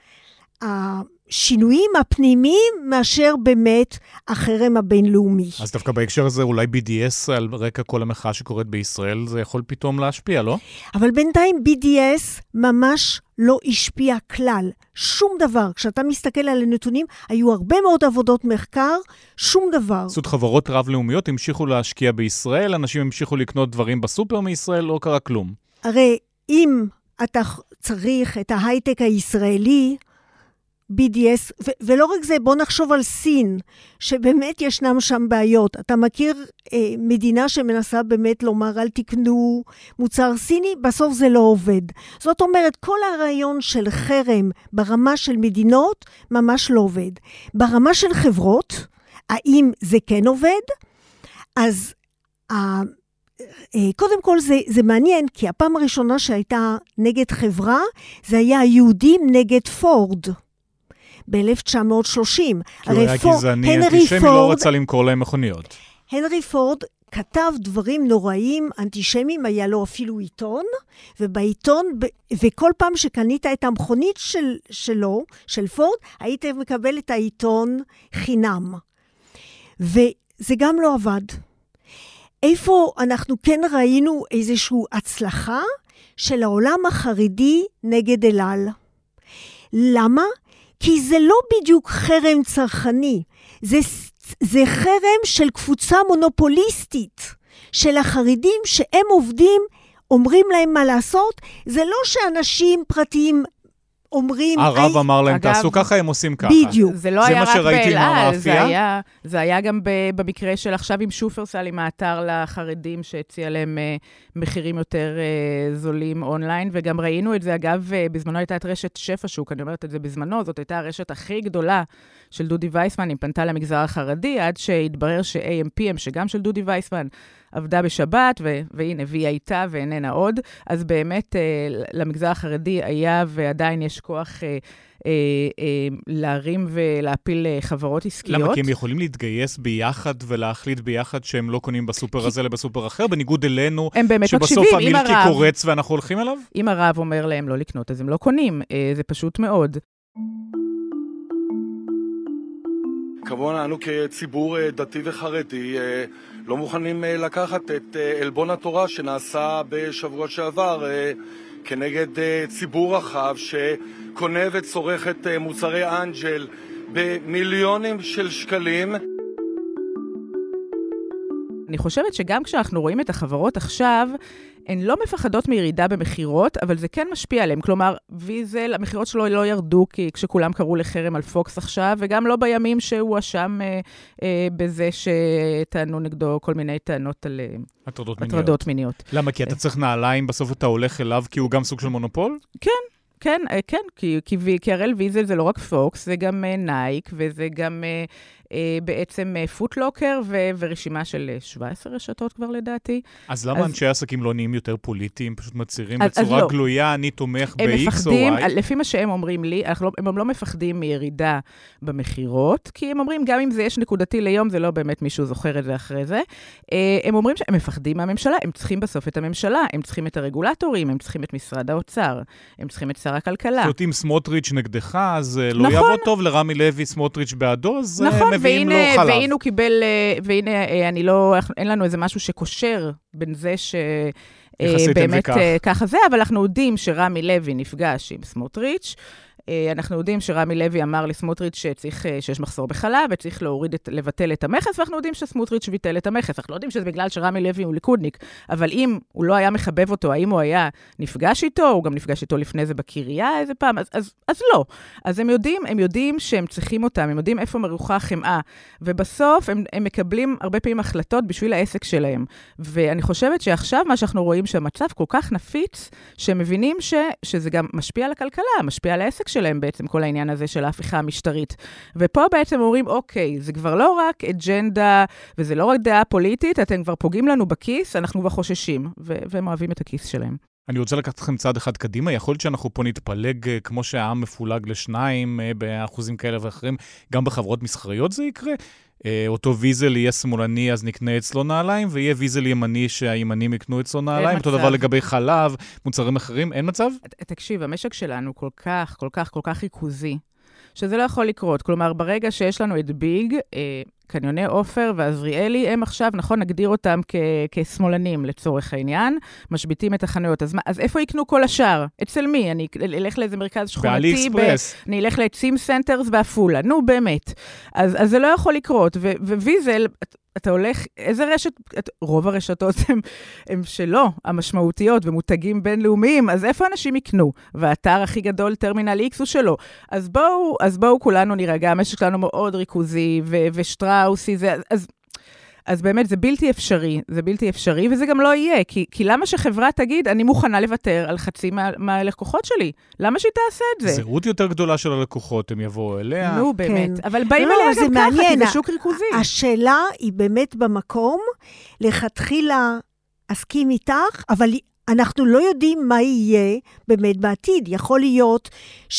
השינויים הפנימיים מאשר באמת החרם הבינלאומי. אז דווקא בהקשר הזה אולי בי די אס על רקע כל המחאה שקורית בישראל, זה יכול פתאום להשפיע, לא? אבל בינתיים בי די אס ממש לא השפיע כלל. שום דבר. כשאתה מסתכל על הנתונים, היו הרבה מאוד עבודות מחקר, שום דבר. זאת חברות רב-לאומיות המשיכו להשקיע בישראל, אנשים המשיכו לקנות דברים בסופר מישראל, לא קרה כלום. הרי אם אתה צריך את ההייטק הישראלי, בי די אס, ו- ולא רק זה, בוא נחשוב על סין, שבאמת ישנם שם בעיות. אתה מכיר אה, מדינה שמנסה באמת לומר, אל תקנו מוצר סיני, בסוף זה לא עובד. זאת אומרת, כל הרעיון של חרם ברמה של מדינות, ממש לא עובד. ברמה של חברות, האם זה כן עובד? אז אה, אה, קודם כל זה, זה מעניין, כי הפעם הראשונה שהייתה נגד חברה, זה היה יהודים נגד פורד. ב-אלף תשע מאות שלושים. כי הוא היה גזעני, אנטישמי, לא רצה למכור להם מכוניות. הנרי פורד כתב דברים נוראים, אנטישמים, היה לו אפילו עיתון, ובעיתון, וכל פעם שקנית את המכונית של, שלו, של פורד, היית מקבל את העיתון חינם. וזה גם לא עבד. איפה אנחנו כן ראינו איזושהי הצלחה של העולם החרדי נגד אלעל. למה? כי זה לא בדיוק חרם צרכני, זה, זה חרם של קבוצה מונופוליסטית, של החרדים שהם עובדים, אומרים להם מה לעשות, זה לא שאנשים פרטיים אומרים... הרב אמר להם, תעשו ככה, הם עושים ככה. בדיוק. זה לא היה רק באלעל, זה היה גם במקרה של עכשיו עם שופרסל, עם האתר לחרדים שהציע להם מחירים יותר זולים אונליין, וגם ראינו את זה, אגב, בזמנו הייתה את רשת שפע שוק, אני אומרת את זה בזמנו, זאת הייתה הרשת הכי גדולה של דודי וייסמן, היא פנתה למגזר החרדי, עד שהתברר ש-איי אם פי אם, שגם של דודי וייסמן, עבדה בשבת, ו- והנה, והיא הייתה ואיננה עוד, אז באמת אה, למגזר החרדי היה ועדיין יש כוח אה, אה, אה, להרים ולהפיל אה, חברות עסקיות. למה? כי הם יכולים להתגייס ביחד ולהחליט ביחד שהם לא קונים בסופר הזה לבסופר אחר, בניגוד אלינו, שבסוף המילקי קורץ ואנחנו הולכים אליו? אם הרב אומר להם לא לקנות, אז הם לא קונים, אה, זה פשוט מאוד. כמובן, אנו כציבור דתי וחרדי לא מוכנים לקחת את אלבון התורה שנעשה בשבוע שעבר כנגד ציבור רחב שקונה וצורך את מוצרי אנג'ל במיליונים של שקלים. אני חושבת שגם כשאנחנו רואים את החברות עכשיו, הן לא מפחדות מירידה במחירות, אבל זה כן משפיע עליהן. כלומר, ויזל, המחירות שלו לא ירדו, כי כשכולם קראו לחרם על פוקס עכשיו, וגם לא בימים שהוא אשם אה, אה, בזה שטענו נגדו כל מיני טענות על הטרדות מיניות. מיניות. מיניות. למה? כי אתה צריך נעליים, בסוף אתה הולך אליו, כי הוא גם סוג של מונופול? כן. כן, כן, כי, כי, כי הראל ויזל זה לא רק פוקס, זה גם נייק, וזה גם אה, אה, בעצם פוטלוקר, ו, ורשימה של שבע עשרה רשתות כבר לדעתי. אז למה אז, אנשי עסקים לא נהיים יותר פוליטיים, פשוט מצהירים בצורה לא. גלויה, אני תומך ב-X או Y? לפי מה שהם אומרים לי, לא, הם לא מפחדים מירידה במחירות, כי הם אומרים, גם אם זה יש נקודתי ליום, זה לא באמת מישהו זוכר את זה אחרי זה. אה, הם אומרים שהם מפחדים מהממשלה, הם צריכים בסוף את הממשלה, הם צריכים את הרגולטורים, הם צריכים את משרד האוצר, הם צריכים את שר הכלכלה. זאת אומרת, אם סמוטריץ' נגדך, אז לא נכון. יעבוד טוב, לרמי לוי סמוטריץ' בעדו, אז נכון, מביאים והנה, לו חלב. והנה הוא קיבל, והנה, אני לא, אין לנו איזה משהו שקושר בין זה ש... באמת ככה זה, אבל אנחנו יודעים שרמי לוי נפגש עם סמוטריץ', אנחנו יודעים שרמי לוי אמר לסמוטריץ' שצריך, שיש מחסור בחלב, וצריך להוריד את, לבטל את המכס, ואנחנו יודעים שסמוטריץ' ביטל את המכס. אנחנו לא יודעים שזה בגלל שרמי לוי הוא ליכודניק, אבל אם הוא לא היה מחבב אותו, האם הוא היה נפגש איתו, הוא גם נפגש איתו לפני זה בקריה איזה פעם, אז, אז, אז לא. אז הם יודעים, הם יודעים שהם צריכים אותם, הם יודעים איפה מרוחה החמאה, ובסוף הם, הם מקבלים הרבה פעמים החלטות בשביל העסק שלהם. ואני חושבת שעכשיו מה שאנחנו רואים שהמצב כל כך נפיץ, שהם מבינים ש, שזה גם משפיע על הכלכלה, משפיע על העסק שלהם בעצם כל העניין הזה של ההפיכה המשטרית. ופה בעצם אומרים, אוקיי, זה כבר לא רק אג'נדה, וזה לא רק דעה פוליטית, אתם כבר פוגעים לנו בכיס, אנחנו כבר חוששים, ו- והם אוהבים את הכיס שלהם. אני רוצה לקחת לכם צעד אחד קדימה, יכול להיות שאנחנו פה נתפלג כמו שהעם מפולג לשניים באחוזים כאלה ואחרים, גם בחברות מסחריות זה יקרה? אותו ויזל יהיה שמאלני, אז נקנה אצלו נעליים, ויהיה ויזל ימני שהימנים יקנו אצלו נעליים, אותו דבר לגבי חלב, מוצרים אחרים, אין מצב? תקשיב, המשק שלנו כל כך, כל כך, כל כך ריכוזי, שזה לא יכול לקרות. כלומר, ברגע שיש לנו את ביג, אה, קניוני אופר ועזריאלי, הם עכשיו, נכון, נגדיר אותם כ- כשמאלנים לצורך העניין, משביטים את החנויות. אז, מה, אז איפה יקנו כל השאר? אצל מי? אני אלך לאיזה מרכז שכונתי, באקספרס. ב- אני אלך לצים סנטרס באפולה. נו, באמת. אז, אז זה לא יכול לקרות. ו- וויזל, אתה הולך, איזה רשת, רוב הרשתות הם, הם שלא, המשמעותיות ומותגים בינלאומיים, אז איפה אנשים יקנו? והאתר הכי גדול, טרמינל איקס, הוא שלו. אז בואו, אז בואו כולנו נירגע, המשק שלנו מאוד ריכוזי, ו- ושטראוסי, זה, אז, אז באמת זה בלתי אפשרי, זה בלתי אפשרי, וזה גם לא יהיה, כי, כי למה שחברה תגיד, אני מוכנה לוותר על חצי מה, מהלקוחות שלי? למה שהיא תעשה את זה? זהות יותר גדולה של הלקוחות, הם יבואו אליה. נו, באמת. כן. אבל באים לא, אליה גם מעניין. ככה, כי זה שוק ריכוזי. השאלה היא באמת במקום, לכתחילה אסכים איתך, אבל אנחנו לא יודעים מה יהיה באמת בעתיד. יכול להיות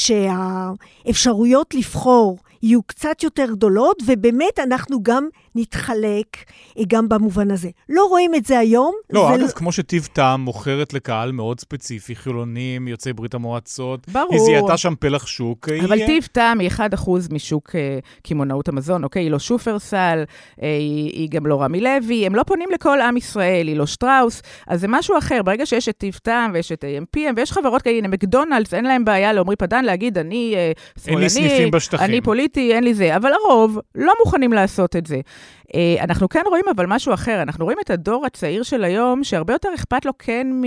שהאפשרויות לבחור יהיו קצת יותר גדולות, ובאמת אנחנו גם נתחלק גם במובן הזה. לא רואים את זה היום. לא, זה אגב, לא... כמו שטיב טעם מוכרת לקהל מאוד ספציפי, חילונים, יוצאי ברית המועצות, ברור. היא זיהתה שם פלח שוק. אבל היא... טיב טעם היא אחד אחוז משוק uh, כימונאות המזון, אוקיי? היא לא שופרסל, uh, היא, היא גם לא רמי לוי, הם לא פונים לכל עם ישראל, היא לא שטראוס, אז זה משהו אחר. ברגע שיש את טיב טעם ויש את איי אם פי אם, ויש חברות כאלה, מקדונלדס, אין להם בעיה לעומרי פדן להגיד, אני uh, שמאלני, אני פוליטי, אין לי זה, אבל הרוב לא מוכנים לעשות את זה. אנחנו כן רואים אבל משהו אחר, אנחנו רואים את הדור הצעיר של היום, שהרבה יותר אכפת לו כן מ...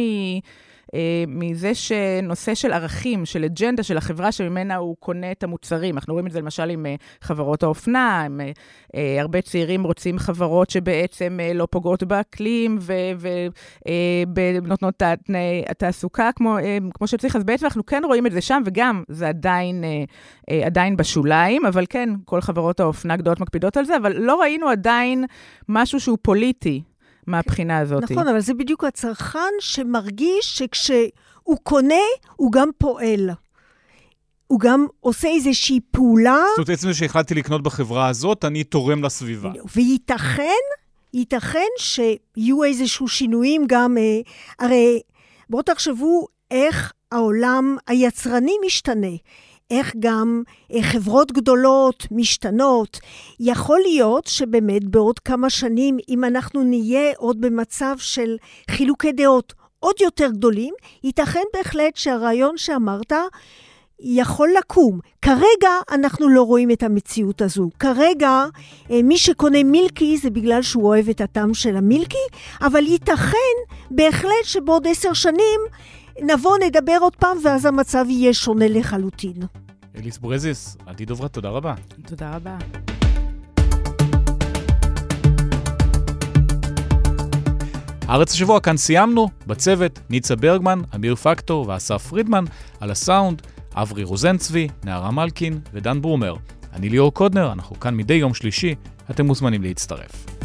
מזה שנושא של ערכים, של אג'נדה של החברה שממנה הוא קונה את המוצרים. אנחנו רואים את זה למשל עם חברות האופנה, עם, הרבה צעירים רוצים חברות שבעצם לא פוגעות באקלים ונותנות תעסוקה כמו, כמו שצריך. אז בעצם אנחנו כן רואים את זה שם, וגם זה עדיין, עדיין בשוליים, אבל כן, כל חברות האופנה גדולות מקפידות על זה, אבל לא ראינו עדיין משהו שהוא פוליטי. מהבחינה הזאת. נכון, אבל זה בדיוק הצרכן שמרגיש שכשהוא קונה, הוא גם פועל. הוא גם עושה איזושהי פעולה. זאת אומרת, עצם שהחלטתי לקנות בחברה הזאת, אני תורם לסביבה. וייתכן, ייתכן שיהיו איזשהו שינויים גם, הרי בואו תחשבו איך העולם היצרני משתנה. איך גם חברות גדולות משתנות. יכול להיות שבאמת בעוד כמה שנים, אם אנחנו נהיה עוד במצב של חילוקי דעות עוד יותר גדולים, ייתכן בהחלט שהרעיון שאמרת יכול לקום. כרגע אנחנו לא רואים את המציאות הזו. כרגע מי שקונה מילקי זה בגלל שהוא אוהב את הטעם של המילקי, אבל ייתכן בהחלט שבעוד עשר שנים נבוא נדבר עוד פעם, ואז המצב יהיה שונה לחלוטין. אליס ברזיס, עדי דוברת, תודה רבה. תודה רבה. הארץ השבוע, כאן סיימנו. בצוות, ניצה ברגמן, אמיר פקטור ואסף פרידמן, על הסאונד, אברי רוזנצבי, נערה מלכין ודן ברומר. אני ליאור קודנר, אנחנו כאן מדי יום שלישי, אתם מוזמנים להצטרף.